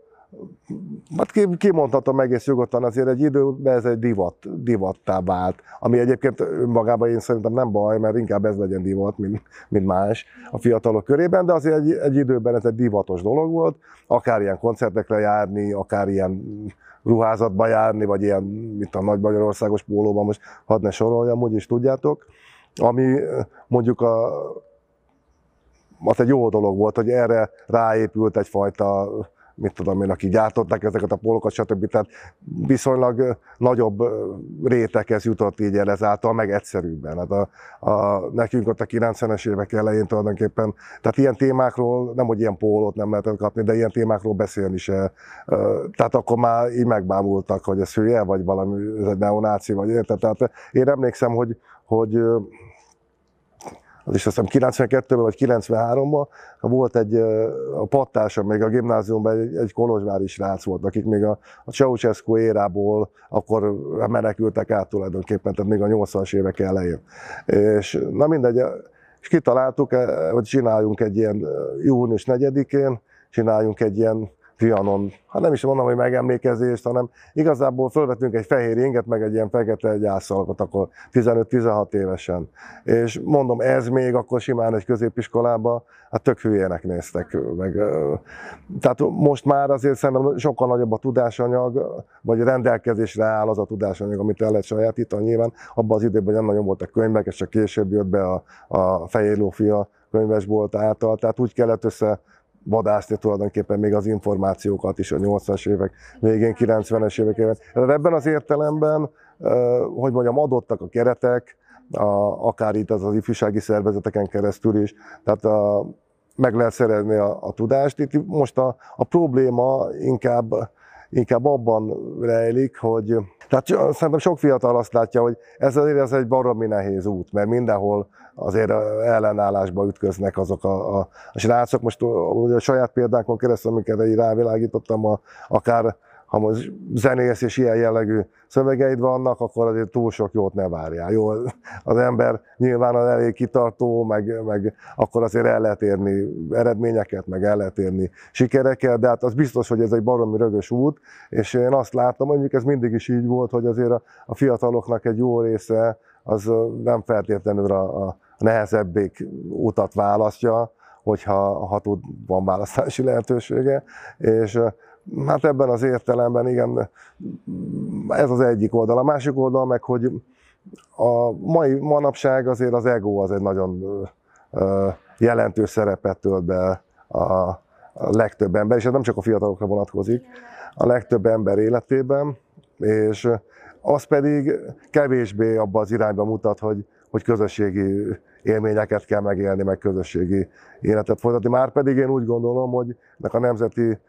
hát kimondhatom egész nyugodtan, azért egy időben ez egy divat, divattá vált, ami egyébként önmagában én szerintem nem baj, mert inkább ez legyen divat, mint, mint más a fiatalok körében, de azért egy, egy időben ez egy divatos dolog volt, akár ilyen koncertekre járni, akár ilyen ruházatba járni, vagy ilyen, mint a Nagy Magyarországos pólóban, most hadd ne soroljam, úgyis tudjátok, ami mondjuk a, az egy jó dolog volt, hogy erre ráépült egyfajta, mit tudom én, akik gyártották ezeket a pólókat, stb. Tehát viszonylag nagyobb réteghez jutott így el ezáltal, meg egyszerűbben. Hát a, a, nekünk ott a kilencvenes évek elején tulajdonképpen, tehát ilyen témákról, nem hogy ilyen pólót nem lehetett kapni, de ilyen témákról beszélni se. Tehát akkor már így megbámultak, hogy ez hülye, vagy valami, ez egy neonáci, vagy érted. Tehát én emlékszem, hogy, hogy az is azt hiszem kilencvenkettőben vagy kilencvenháromban volt egy, a pattársam még a gimnáziumban egy, egy kolozsvári srác volt, akik még a, a Ceausescu érából akkor menekültek át tulajdonképpen, tehát még a nyolcvanas évek elején. És na mindegy, és kitaláltuk, hogy csináljunk egy ilyen június negyedikén, csináljunk egy ilyen Trianon, hát nem is mondom, hogy megemlékezést, hanem igazából fölvettünk egy fehér inget, meg egy ilyen fekete gyászalkot, akkor tizenöt-tizenhat évesen. És mondom, ez még akkor simán egy középiskolába, hát tök hülyének néztek meg. Tehát most már azért szerintem sokkal nagyobb a tudásanyag, vagy rendelkezésre áll az a tudásanyag, amit el lehet sajátítani nyilván. Abban az időben nem nagyon voltak könyvek, és csak később jött be a, a Fehér Lófia könyvesbolt által, tehát úgy kellett össze vadászni tulajdonképpen még az információkat is a nyolcvanas évek végén, kilencvenes évek. Ebben az értelemben, hogy mondjam, adottak a keretek, a, akár itt az, az ifjúsági szervezeteken keresztül is, tehát a, meg lehet szerezni a, a tudást. Itt most a, a probléma inkább, inkább abban rejlik, hogy tehát szerintem sok fiatal azt látja, hogy ez azért ez egy baromi nehéz út, mert mindenhol azért ellenállásba ütköznek azok a, a, a srácok. Most ugye a saját példánkon keresztül, amiket így rávilágítottam, a, akár ha most zenész és ilyen jellegű szövegeid vannak, akkor azért túl sok jót ne várjál. Jó, az ember nyilván az elég kitartó, meg, meg akkor azért el lehet érni eredményeket, meg el lehet érni sikereket, de hát az biztos, hogy ez egy baromi rögös út, és én azt látom, mondjuk ez mindig is így volt, hogy azért a, a fiataloknak egy jó része az nem feltétlenül a, a nehezebbik utat választja, hogyha ha tud, van választási lehetősége, és hát ebben az értelemben igen, ez az egyik oldal. A másik oldal meg, hogy a mai manapság azért az ego az egy nagyon jelentős szerepet tölt be a legtöbb ember, és ez nem csak a fiatalokra vonatkozik, a legtöbb ember életében, és az pedig kevésbé abba az irányba mutat, hogy, hogy közösségi élményeket kell megélni, meg közösségi életet folytatni. Márpedig én úgy gondolom, hogy ennek a nemzeti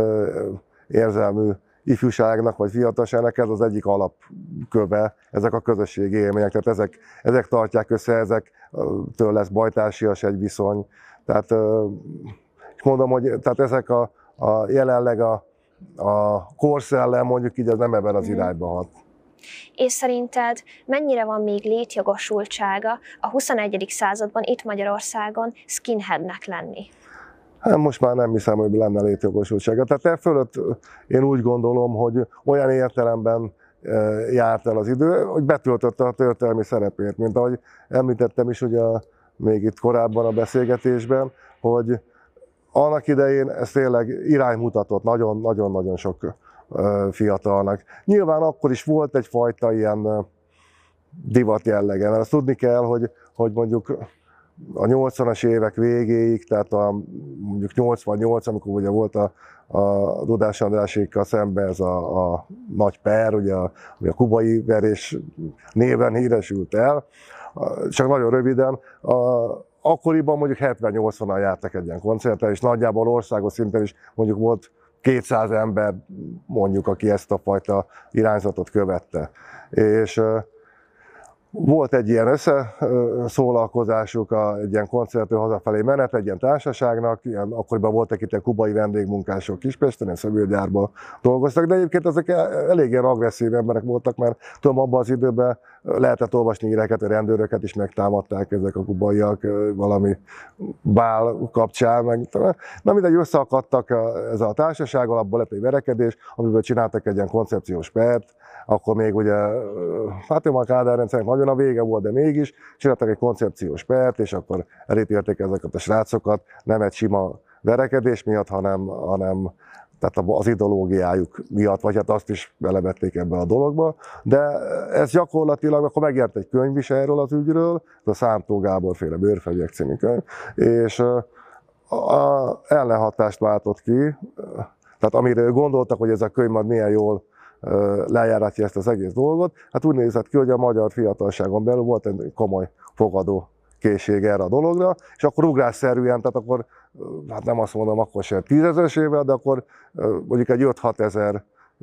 érzelmű ifjúságnak vagy fiatalságnak ez az egyik alapköve, ezek a közösségi élmények, tehát ezek, ezek tartják össze, ezektől lesz bajtársias egy viszony. Tehát, és mondom, hogy tehát ezek a, a jelenleg a, a korszellem mondjuk így az nem ebben az irányba hat. És szerinted mennyire van még létjogosultsága a huszonegyedik században itt Magyarországon skinheadnek lenni? Hát most már nem hiszem, hogy lenne létjogosultsága. Tehát e fölött én úgy gondolom, hogy olyan értelemben járt el az idő, hogy betöltötte a történelmi szerepét, mint ahogy említettem is ugye még itt korábban a beszélgetésben, hogy annak idején ez tényleg iránymutatott nagyon-nagyon sok fiatalnak. Nyilván akkor is volt egyfajta ilyen divat jellege, mert azt tudni kell, hogy, hogy mondjuk a nyolcvanas évek végéig, tehát a, mondjuk nyolcvannyolc, amikor ugye volt a, a Dudás Andrásékkal szemben ez a, a nagy per, ugye a, ugye a kubai verés néven híresült el, csak nagyon röviden. A, akkoriban mondjuk hetven-nyolcvanan jártak egy ilyen koncerten, és nagyjából országos szinten is mondjuk volt kétszáz ember, mondjuk, aki ezt a fajta irányzatot követte. És volt egy ilyen összeszólalkozásuk, egy ilyen koncertő hazafelé menet, egy ilyen társaságnak, ilyen, akkoriban voltak itt a kubai vendégmunkások Kispesten, ilyen szögőgyárban dolgoztak, de egyébként ezek elég ilyen agresszív emberek voltak, mert tudom, abban az időben lehetett olvasni híreket, a rendőröket is megtámadták ezek a kubaiak valami bál kapcsán, meg, na mindegy, összeakadtak ez a társaság, abból lett egy verekedés, amiből csináltak egy ilyen koncepciós pert, akkor még ugye, hát a Kádár rendszernek nagyon a vége volt, de mégis csináltak egy koncepciós pert, és akkor elítélték ezeket a srácokat, nem egy sima verekedés miatt, hanem, hanem tehát az ideológiájuk miatt, vagy hát azt is belevették ebbe a dologba. De ez gyakorlatilag, akkor megjelent egy könyv is erről az ügyről, ez a Szántó Gábor féle Bőrfegyek című könyv, és a ellenhatást váltott ki, tehát amire gondoltak, hogy ez a könyv majd milyen jól lejáratja ezt az egész dolgot, hát úgy nézett ki, hogy a magyar fiatalságon belül volt egy komoly fogadó készség erre a dologra, és akkor ugrásszerűen, tehát akkor, hát nem azt mondom, akkor sem tízezesével, de akkor mondjuk egy öt-hat ezer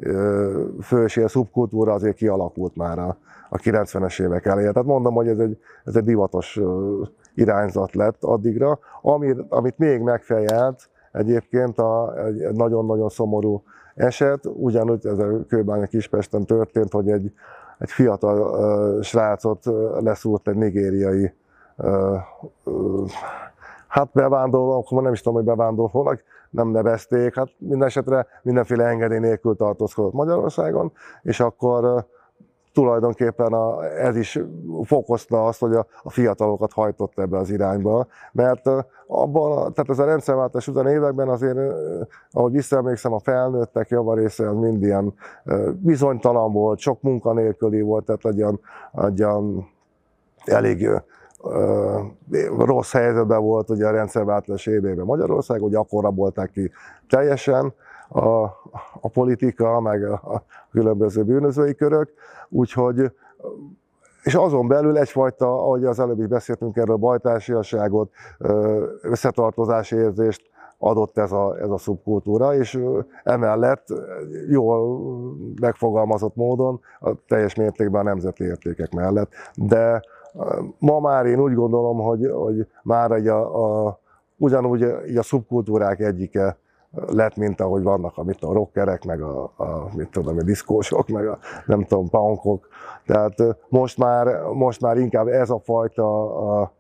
fős ilyen szubkultúra azért kialakult már a, a kilencvenes évek elején. Tehát mondom, hogy ez egy, ez egy divatos irányzat lett addigra, ami, amit még megfejelt egyébként a, egy nagyon-nagyon szomorú eset, ugyanúgy ez a Kőbánya Kispesten történt, hogy egy, egy fiatal uh, srácot uh, leszúrt egy nigériai uh, uh, hát bevándorló, akkor nem is tudom, hogy bevándorlónak nem nevezték, hát minden esetre mindenféle engedély nélkül tartózkodott Magyarországon, és akkor uh, tulajdonképpen a, ez is fokozta azt, hogy a, a fiatalokat hajtott ebbe az irányba, mert abban, tehát ez a rendszerváltás után években azért, ahogy visszaemlékszem, a felnőttek javarésze az mind ilyen bizonytalan volt, sok munkanélküli volt, tehát egy olyan, egy olyan elég ö, rossz helyzetben volt ugye a rendszerváltás évében Magyarország, hogy akkor rabolták ki teljesen a, a politika, meg a, a különböző bűnözői körök, úgyhogy, és azon belül egyfajta, ahogy az előbb is beszéltünk erről, bajtársiasságot, összetartozási érzést adott ez a, ez a szubkultúra, és emellett jól megfogalmazott módon a teljes mértékben a nemzeti értékek mellett. De ma már én úgy gondolom, hogy, hogy már egy a, a, ugyanúgy a szubkultúrák egyike lett, mint ahogy vannak a, mit a rockerek, meg a, a, mit tudom, a diszkósok, meg a nem tudom, punkok. Tehát most már, most már inkább ez a fajta a, a, a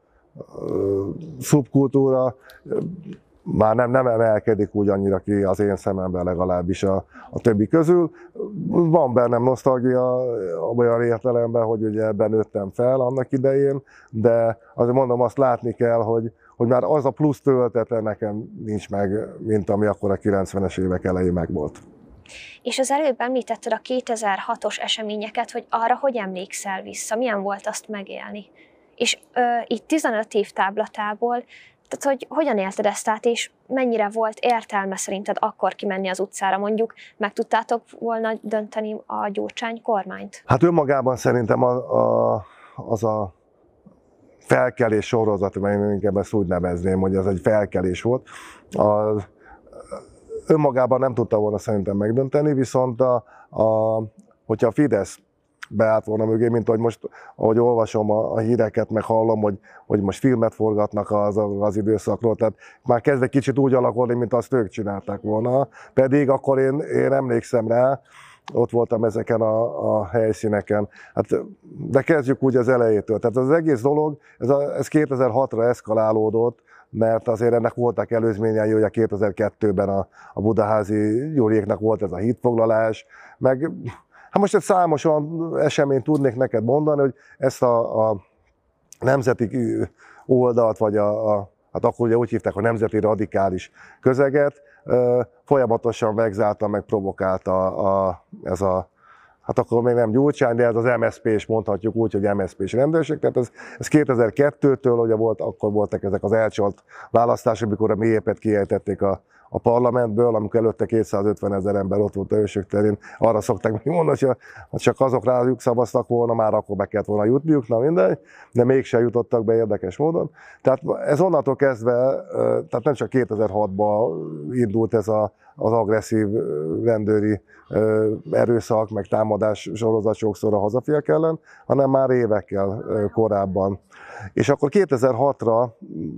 szubkultúra már nem, nem emelkedik úgy annyira ki az én szememben legalábbis a, a többi közül. Van bennem nosztalgia olyan értelemben, hogy ugye ebben nőttem fel annak idején, de azért mondom, azt látni kell, hogy, hogy már az a plusz töltete nekem nincs meg, mint ami akkor a kilencvenes évek elején megvolt. És az előbb említetted a kétezer-hatos eseményeket, hogy arra hogy emlékszel vissza, milyen volt azt megélni? És ö, így tizenöt év táblatából, tehát hogy hogyan élted ezt át, és mennyire volt értelme szerinted akkor kimenni az utcára, mondjuk meg tudtátok volna dönteni a Gyurcsány kormányt? Hát önmagában szerintem a, a, az a felkelés sorozat, mert én inkább ezt úgy nevezném, hogy ez egy felkelés volt, az, önmagában nem tudta volna szerintem megdönteni, viszont a, a, hogyha a Fidesz beállt volna mögé, mint ahogy most, ahogy olvasom a, a híreket, meg hallom, hogy, hogy most filmet forgatnak az, az időszakról, tehát már kezd egy kicsit úgy alakulni, mint azt ők csinálták volna, pedig akkor én, én emlékszem rá, ott voltam ezeken a, a helyszíneken. Hát, de kezdjük úgy az elejétől. Tehát az egész dolog, ez, a, ez kétezer-hatra eszkalálódott, mert azért ennek voltak előzményei, hogy a kétezer-kettőben a, a budaházi Gyuriéknak volt ez a hídfoglalás, meg hát most egy számos olyan eseményt tudnék neked mondani, hogy ezt a, a nemzeti oldalt, vagy a, a, hát akkor ugye úgy hívták, a nemzeti radikális közeget, folyamatosan megzálta, meg provokálta a, ez a, hát akkor még nem Gyurcsány, de ez az em es zé pé is mondhatjuk úgy, hogy em es zé pés rendőrség. Tehát ez, ez kétezer-kettőtől, ugye volt, akkor voltak ezek az elcsolt választások, amikor a mélyépet kiejtették a, a parlamentből, amikor előtte kétszázötvenezer ember ott volt a Hősök terén. Arra szokták mondani, hogy ha csak azok rájuk szavaztak volna, már akkor be kellett volna jutniuk, na mindegy, de mégsem jutottak be érdekes módon. Tehát ez onnantól kezdve, tehát nem csak kétezer-hatban indult ez a, az agresszív rendőri erőszak, meg támadás sorozat sokszor a hazafiak ellen, hanem már évekkel korábban. És akkor kétezer-hatra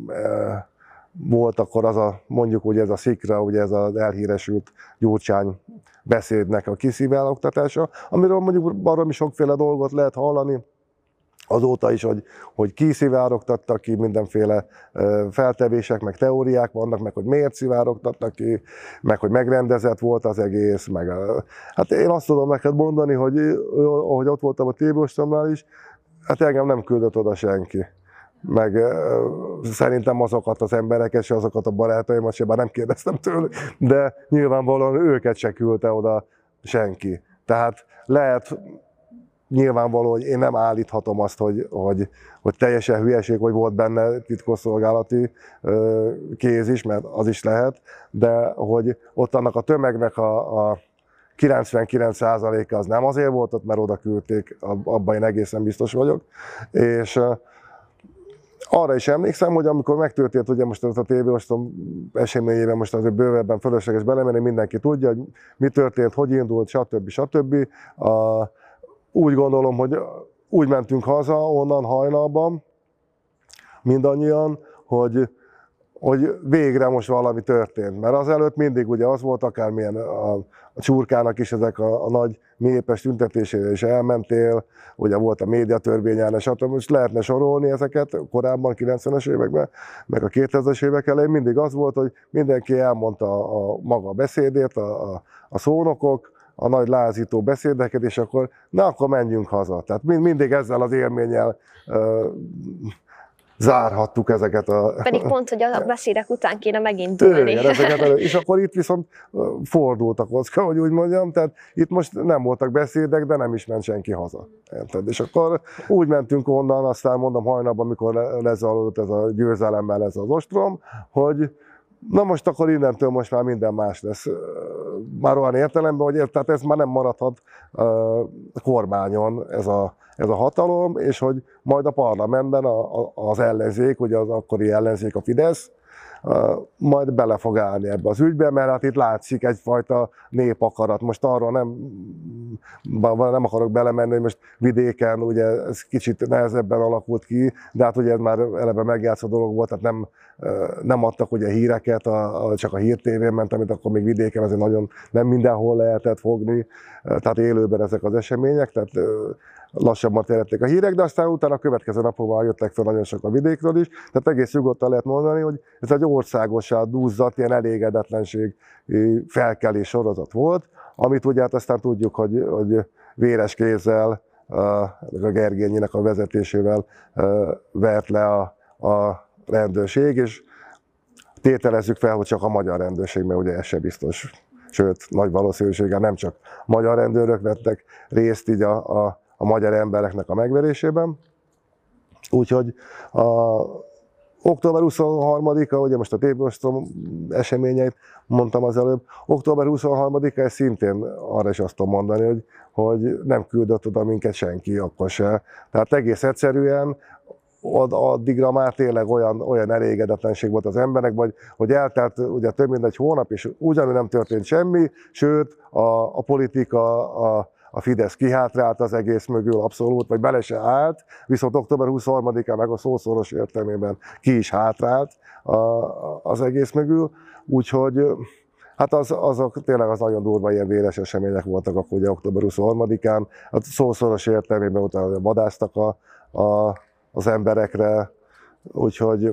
volt akkor az a, mondjuk úgy ez a szikra, ugye ez az elhíresült Gyurcsány beszédnek a kiszivárogtatása, amiről mondjuk baromi sokféle dolgot lehet hallani, azóta is, hogy, hogy kiszivárogtattak ki, mindenféle feltevések, meg teóriák vannak, meg hogy miért szivárogtattak ki, meg hogy megrendezett volt az egész, meg a, hát én azt tudom neked mondani, hogy ahogy ott voltam a tévóstomnál is, hát engem nem küldött oda senki. Meg szerintem azokat az embereket, és azokat a barátaimat sem, bár nem kérdeztem tőle, de nyilvánvalóan őket se küldte oda senki. Tehát lehet nyilvánvaló, hogy én nem állíthatom azt, hogy, hogy, hogy teljesen hülyeség, hogy volt benne titkosszolgálati kéz is, mert az is lehet, de hogy ott annak a tömegnek a, a kilencvenkilenc százaléka az nem azért volt ott, mert oda küldték, abban én egészen biztos vagyok. És arra is emlékszem, hogy amikor megtörtént, ugye most ez a tévéostom eseményében most azért bővebben fölösleges belemenni, mindenki tudja, hogy mi történt, hogy indult, stb. stb. A, úgy gondolom, hogy úgy mentünk haza onnan hajnalban, mindannyian, hogy, hogy végre most valami történt. Mert azelőtt mindig ugye az volt, akármilyen a, a csurkának is ezek a, a nagy mélyépes tüntetésére is elmentél, ugye volt a médiatörvény, stb. Most lehetne sorolni ezeket korábban, a kilencvenes években, meg a kétezres évek elején mindig az volt, hogy mindenki elmondta a, a maga beszédét, a, a, a szónokok, a nagy lázító beszédeket, és akkor na, akkor menjünk haza. Tehát mindig ezzel az élménnyel uh, zárhattuk ezeket a... Pedig pont, hogy a beszédek után kéne megindulni. Igen, ezeket, és akkor itt viszont fordult a kocka, hogy úgy mondjam, tehát itt most nem voltak beszédek, de nem is ment senki haza. Érted? És akkor úgy mentünk onnan, aztán mondom hajnalban, amikor lezajlott ez a győzelemmel ez az ostrom, hogy na most akkor innentől most már minden más lesz. Már olyan értelemben, hogy tehát ez már nem maradhat uh, kormányon ez a, ez a hatalom, és hogy majd a parlamentben a, a, az ellenzék, ugye az akkori ellenzék, a Fidesz, majd bele fog állni ebbe az ügybe, mert hát itt látszik egyfajta népakarat. Most arról nem, nem akarok belemenni, hogy most vidéken ugye ez kicsit nehezebben alakult ki, de hát ugye ez már eleve megjátszott dolog volt, tehát nem, nem adtak ugye híreket, a, a, csak a hírtévén ment, amit akkor még vidéken azért nagyon nem mindenhol lehetett fogni, tehát élőben ezek az események, tehát lassabban terjedtek a hírek, de aztán utána a következő napokban jöttek fel nagyon sok a vidékről is, tehát egész nyugodtan lehet mondani, hogy ez egy országossá duzzadt, ilyen elégedetlenség felkelés sorozat volt, amit ugye hát aztán tudjuk, hogy, hogy véres kézzel, a Gergényinek a vezetésével vert le a, a rendőrség, és tételezzük fel, hogy csak a magyar rendőrség, mert ugye ez se biztos, sőt, nagy valószínűséggel nem csak magyar rendőrök vettek részt így a, a a magyar embereknek a megverésében. Úgyhogy a október huszonharmadika, ugye most a Tépostrom eseményeit mondtam az előbb, október huszonharmadika ez szintén arra is azt tudom mondani, hogy, hogy nem küldött oda minket senki, akkor se. Tehát egész egyszerűen addigra már tényleg olyan, olyan elégedetlenség volt az emberek, vagy, hogy eltelt ugye több mint egy hónap, és ugyanúgy nem történt semmi, sőt a, a politika, a A Fidesz kihátrált az egész mögül abszolút, vagy bele se állt, viszont október huszonharmadikán meg a szószoros értelmében ki is hátrált az egész mögül, úgyhogy hát az, azok tényleg az nagyon durva ilyen véres események voltak akkor ugye október huszonharmadikán, a szószoros értelmében utána vadásztak a, a, az emberekre, úgyhogy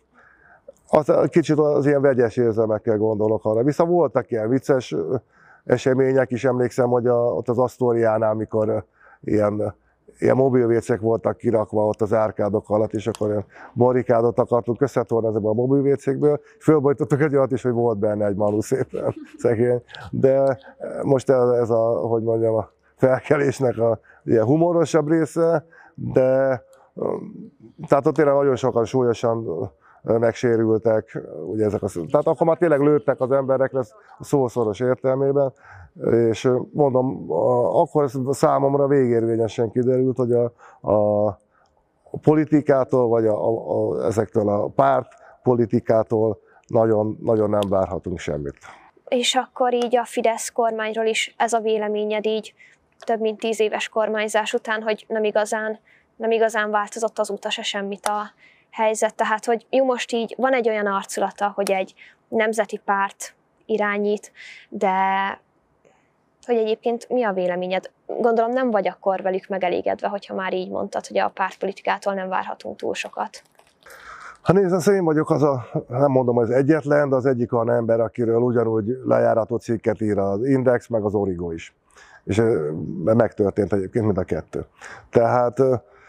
az, kicsit az ilyen vegyes érzelmekkel gondolok arra. Viszont voltak ilyen vicces események is, emlékszem, hogy a, ott az Asztóriánál, amikor ilyen, ilyen mobilvécek voltak kirakva ott az árkádok alatt, és akkor ilyen barrikádot akartunk összetorni ezekből a mobilvécékből, és fölbojtottuk egy olyat is, hogy volt benne egy malú szépen szegény. De most ez, ez a, hogy mondjam, a felkelésnek a ilyen humorosabb része, de tehát ott tényleg nagyon sokan súlyosan megsérültek, ugye ezek a, tehát akkor már tényleg lőttek az emberekre a szószoros értelmében, és mondom, akkor számomra végérvényesen kiderült, hogy a, a, a politikától, vagy a, a, a, ezektől a párt politikától nagyon, nagyon nem várhatunk semmit. És akkor így a Fidesz kormányról is ez a véleményed így több mint tíz éves kormányzás után, hogy nem igazán, nem igazán változott azóta se semmit a helyzet, tehát hogy jó, most így van egy olyan arculata, hogy egy nemzeti párt irányít, de hogy egyébként mi a véleményed? Gondolom nem vagy akkor velük megelégedve, hogyha már így mondtad, hogy a pártpolitikától nem várhatunk túl sokat. Ha nézd, én vagyok az a, nem mondom, az egyetlen, de az egyik olyan ember, akiről ugyanúgy lejárató cikket ír az Index, meg az Origo is. És megtörtént egyébként mind a kettő. Tehát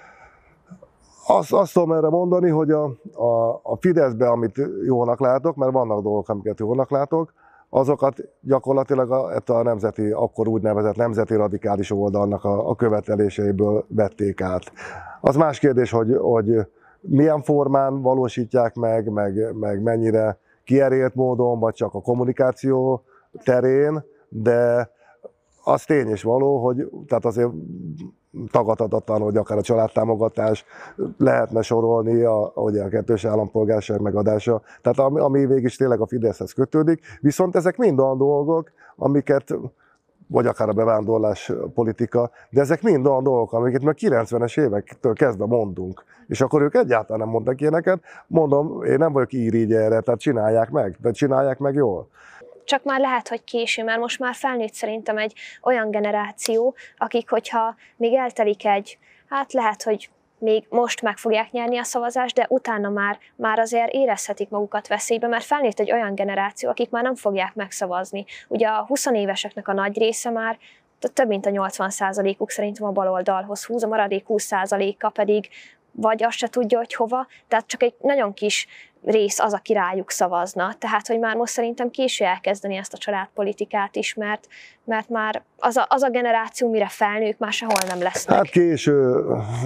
Azt, azt tudom erre mondani, hogy a, a, a Fideszbe, amit jónak látok, mert vannak dolgok, amiket jónak látok, azokat gyakorlatilag a, a nemzeti, akkor úgynevezett nemzeti radikális oldalnak a, a követeléseiből vették át. Az más kérdés, hogy, hogy milyen formán valósítják meg, meg, meg mennyire kierélt módon, vagy csak a kommunikáció terén, de az tény és való, hogy tehát azért tagadhatatlan, hogy akár a családtámogatás lehetne sorolni, a, ugye a kettős állampolgárság megadása, tehát ami, ami végig is tényleg a Fideszhez kötődik, viszont ezek mind olyan dolgok, amiket, vagy akár a bevándorlás politika, de ezek mind olyan dolgok, amiket már kilencvenes évektől kezdve mondunk, és akkor ők egyáltalán nem mondtak ilyeneket, mondom, én nem vagyok irigy erre, tehát csinálják meg, de csinálják meg jól. Csak már lehet, hogy késő, mert most már felnőtt szerintem egy olyan generáció, akik, hogyha még eltelik egy, hát lehet, hogy még most meg fogják nyerni a szavazást, de utána már, már azért érezhetik magukat veszélybe, mert felnőtt egy olyan generáció, akik már nem fogják megszavazni. Ugye a huszonéveseknek a nagy része már, több mint a nyolcvan százalékuk szerintem a baloldalhoz húz, a maradék húsz százaléka pedig vagy azt se tudja, hogy hova, tehát csak egy nagyon kis rész az, aki rájuk szavazna. Tehát, hogy már most szerintem késő elkezdeni ezt a családpolitikát is, mert, mert már az a, az a generáció, mire felnők, már sehol nem lesznek. Hát késő,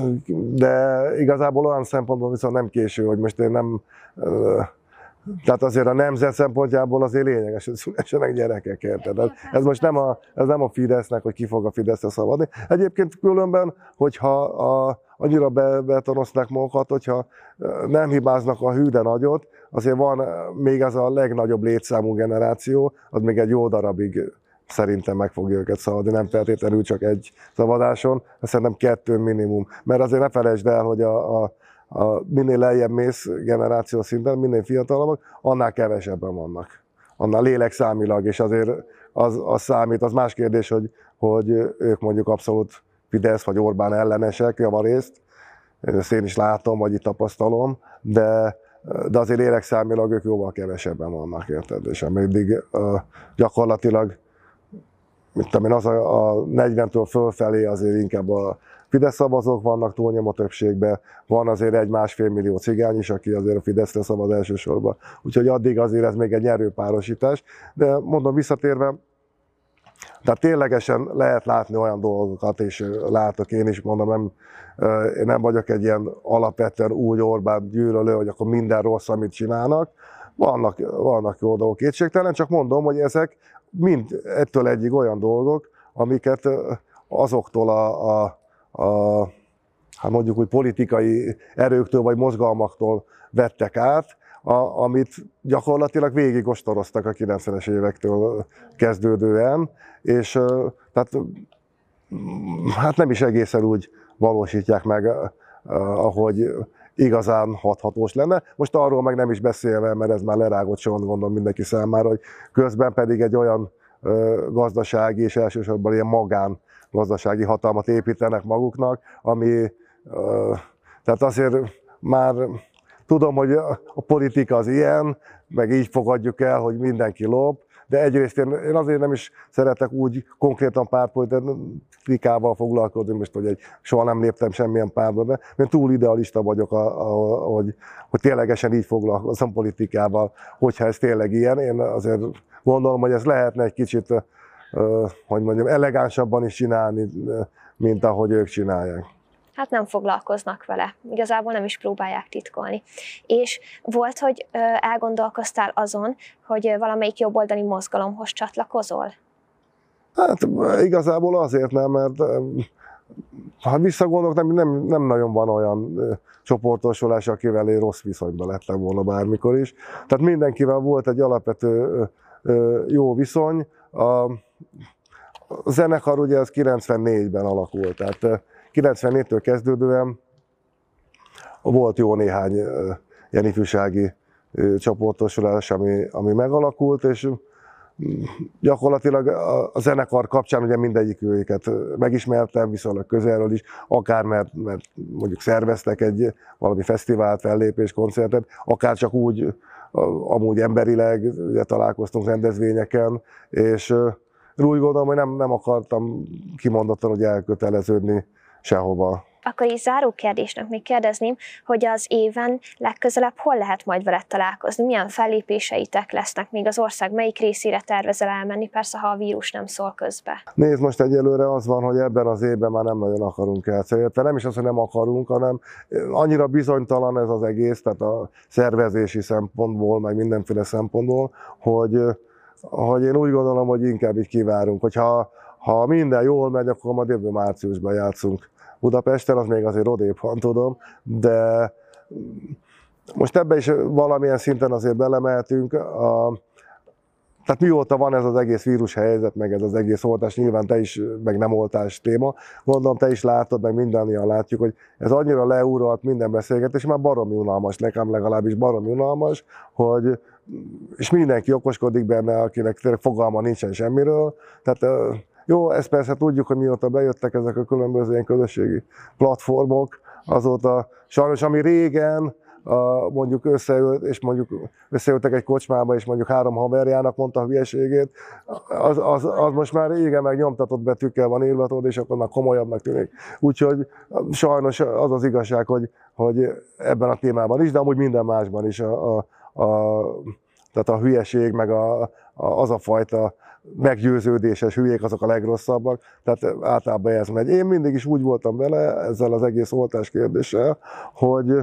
de igazából olyan szempontból viszont nem késő, hogy most én nem... Tehát azért a nemzet szempontjából azért lényeges, hogy szülessenek gyerekek, érted? Ez, ez most nem a, ez nem a Fidesznek, hogy ki fog a Fideszre szavazni. Egyébként különben, hogyha a, annyira be, betonozták magukat, hogyha nem hibáznak a hű, de nagyot, azért van még ez a legnagyobb létszámú generáció, az még egy jó darabig szerintem meg fogja őket szabadni, nem feltétlenül csak egy szabadáson, szerintem kettő minimum. Mert azért ne felejtsd el, hogy a, a, a minél lejjebb mész generáció szinten, minél fiatalabbak, annál kevesebben vannak. Annál lélekszámilag, és azért az, az számít. Az más kérdés, hogy, hogy ők mondjuk abszolút Fidesz vagy Orbán ellenesek javarészt. Ezt én is látom, vagy itt tapasztalom, de, de azért lélekszámilag ők jóval kevesebben vannak, érted? És ameddig uh, gyakorlatilag mit tudom én, az a, a negyventől fölfelé azért inkább a Fidesz szavazók vannak túlnyomó többségben, van azért egy másfél millió cigány is, aki azért a Fideszre szavaz elsősorban. Úgyhogy addig azért ez még egy nyerőpárosítás. De mondom, visszatérve, tehát ténylegesen lehet látni olyan dolgokat, és látok én is, mondom, nem, én nem vagyok egy ilyen alapvetően úgy Orbán gyűlölő, hogy akkor minden rossz, amit csinálnak. Vannak, vannak jó dolgok, kétségtelen, csak mondom, hogy ezek mind ettől egyig olyan dolgok, amiket azoktól a, a, a hát mondjuk úgy politikai erőktől vagy mozgalmaktól vettek át, a, amit gyakorlatilag végig ostoroztak a kilencvenes évektől kezdődően, és tehát hát nem is egészen úgy valósítják meg, ahogy igazán hathatós lenne. Most arról meg nem is beszélve, mert ez már lerágott sont, gondolom mindenki számára, hogy közben pedig egy olyan ö, gazdasági és elsősorban ilyen magán gazdasági hatalmat építenek maguknak, ami, ö, tehát azért már tudom, hogy a politika az ilyen, meg így fogadjuk el, hogy mindenki lop, de egyrészt én, én azért nem is szeretek úgy konkrétan pártpolitikával foglalkozni, most hogy egy, soha nem léptem semmilyen pártba be, mert túl idealista vagyok, a, a, hogy, hogy ténylegesen így foglalkozom politikával, hogyha ez tényleg ilyen. Én azért gondolom, hogy ez lehetne egy kicsit, hogy mondjam, elegánsabban is csinálni, mint ahogy ők csinálják. Hát nem foglalkoznak vele, igazából nem is próbálják titkolni. És volt, hogy elgondolkoztál azon, hogy valamelyik jobboldali mozgalomhoz csatlakozol? Hát igazából azért nem, mert ha visszagondolok, nem, nem, nem nagyon van olyan csoportosulás, akivel én rossz viszonyban lettem volna bármikor is. Tehát mindenkivel volt egy alapvető jó viszony. A zenekar ugye az kilencvennégyben alakult, tehát kilencvennégytől kezdődően volt jó néhány ilyen ifjúsági csoportosulás, ami, ami megalakult, és gyakorlatilag a zenekar kapcsán ugye mindegyik őket megismertem viszonylag közelről is, akár mert, mert mondjuk szerveztek egy valami fesztivált, fellépés, koncertet, akár csak úgy, amúgy emberileg ugye találkoztunk rendezvényeken, és úgy gondolom, hogy nem, nem akartam kimondottan, hogy elköteleződni sehova. Akkor így záró kérdésnek még kérdezném, hogy az éven legközelebb hol lehet majd veled találkozni? Milyen fellépéseitek lesznek? Még az ország melyik részére tervezel elmenni? Persze, ha a vírus nem szól közbe. Nézd, most egyelőre az van, hogy ebben az évben már nem nagyon akarunk elcélni. Nem is az, hogy nem akarunk, hanem annyira bizonytalan ez az egész, tehát a szervezési szempontból, meg mindenféle szempontból, hogy, hogy én úgy gondolom, hogy inkább így kivárunk. Hogyha ha minden jól megy, akkor majd jövő márciusban játszunk Budapesten, az még azért odébb van, tudom, de most ebbe is valamilyen szinten azért belemeltünk. A, tehát mióta van ez az egész vírus helyzet, meg ez az egész oltás, nyilván te is, meg nem oltás téma, gondolom te is látod, meg mindannyian látjuk, hogy ez annyira leúrolt minden beszélgetés, már baromi unalmas, nekem legalábbis baromi unalmas, hogy és mindenki okoskodik benne, akinek fogalma nincsen semmiről, tehát jó, ezt persze tudjuk, hogy mióta bejöttek ezek a különböző ilyen közösségi platformok, azóta sajnos, ami régen a, mondjuk összeült, és mondjuk összeültek egy kocsmába, és mondjuk három haverjának mondta a hülyeségét, az, az, az most már régen meg nyomtatott betűkkel van írva, és akkor már komolyabbnak tűnik. Úgyhogy sajnos az az igazság, hogy, hogy ebben a témában is, de amúgy minden másban is a, a, a, tehát a hülyeség, meg a, a, az a fajta meggyőződéses hülyék azok a legrosszabbak, tehát általában ez megy. Én mindig is úgy voltam vele ezzel az egész oltás kérdéssel, hogy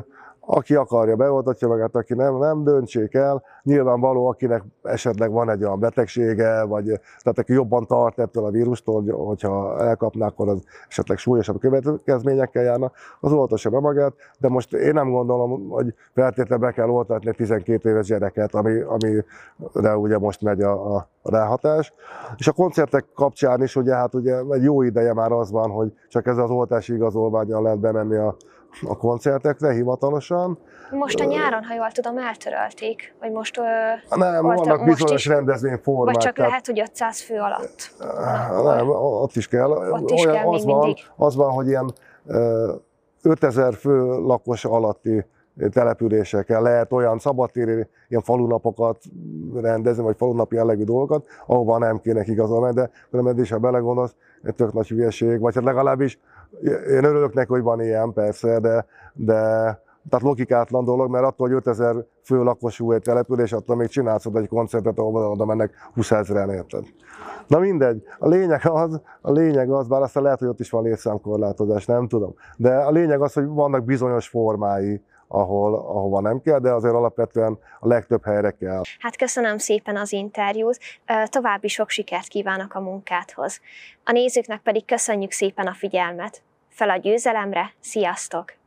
Aki akarja, beoltatja magát, aki nem, nem döntsék el. Nyilvánvaló, akinek esetleg van egy olyan betegsége, vagy tehát aki jobban tart ettől a vírustól, hogyha elkapná, akkor az esetleg súlyosabb következményekkel járna, az oltassa be magát, de most én nem gondolom, hogy feltétlenül be kell oltatni egy tizenkét éves gyereket, ami, amire ugye most megy a, a ráhatás. És a koncertek kapcsán is ugye, hát ugye egy jó ideje már az van, hogy csak ezzel az oltási igazolvánnyal lehet bemenni a a koncertekre hivatalosan. Most a nyáron, ha jól tudom, eltörölték, vagy most... Nem, oltam, vannak bizonyos is, rendezvényformák. Vagy csak tehát, lehet, hogy ötszáz fő alatt. Nem, ott is kell. Ott is Olyan, kell az, még van, mindig. az van, hogy ilyen ötezer fő lakos alatti településekkel lehet olyan szabadtéri ilyen falunapokat rendezni, vagy falunapi jellegű dolgokat, ahova nem kéne igazolni, de különben is, ha belegondolsz, egy tök nagy hülyeség, vagy hát legalábbis én örülök neki, hogy van ilyen, persze, de, de tehát logikátlan dolog, mert attól, hogy ötezer fő lakosú egy település, attól még csinálsz ott egy koncertet, ahol oda mennek húszezren, érted? Na mindegy, a lényeg az, a lényeg az, bár aztán lehet, hogy ott is van létszámkorlátozás, nem tudom, de a lényeg az, hogy vannak bizonyos formái, ahol, ahova nem kell, de azért alapvetően a legtöbb helyre kell. Hát köszönöm szépen az interjút, további sok sikert kívánok a munkádhoz. A nézőknek pedig köszönjük szépen a figyelmet. Fel a győzelemre, sziasztok!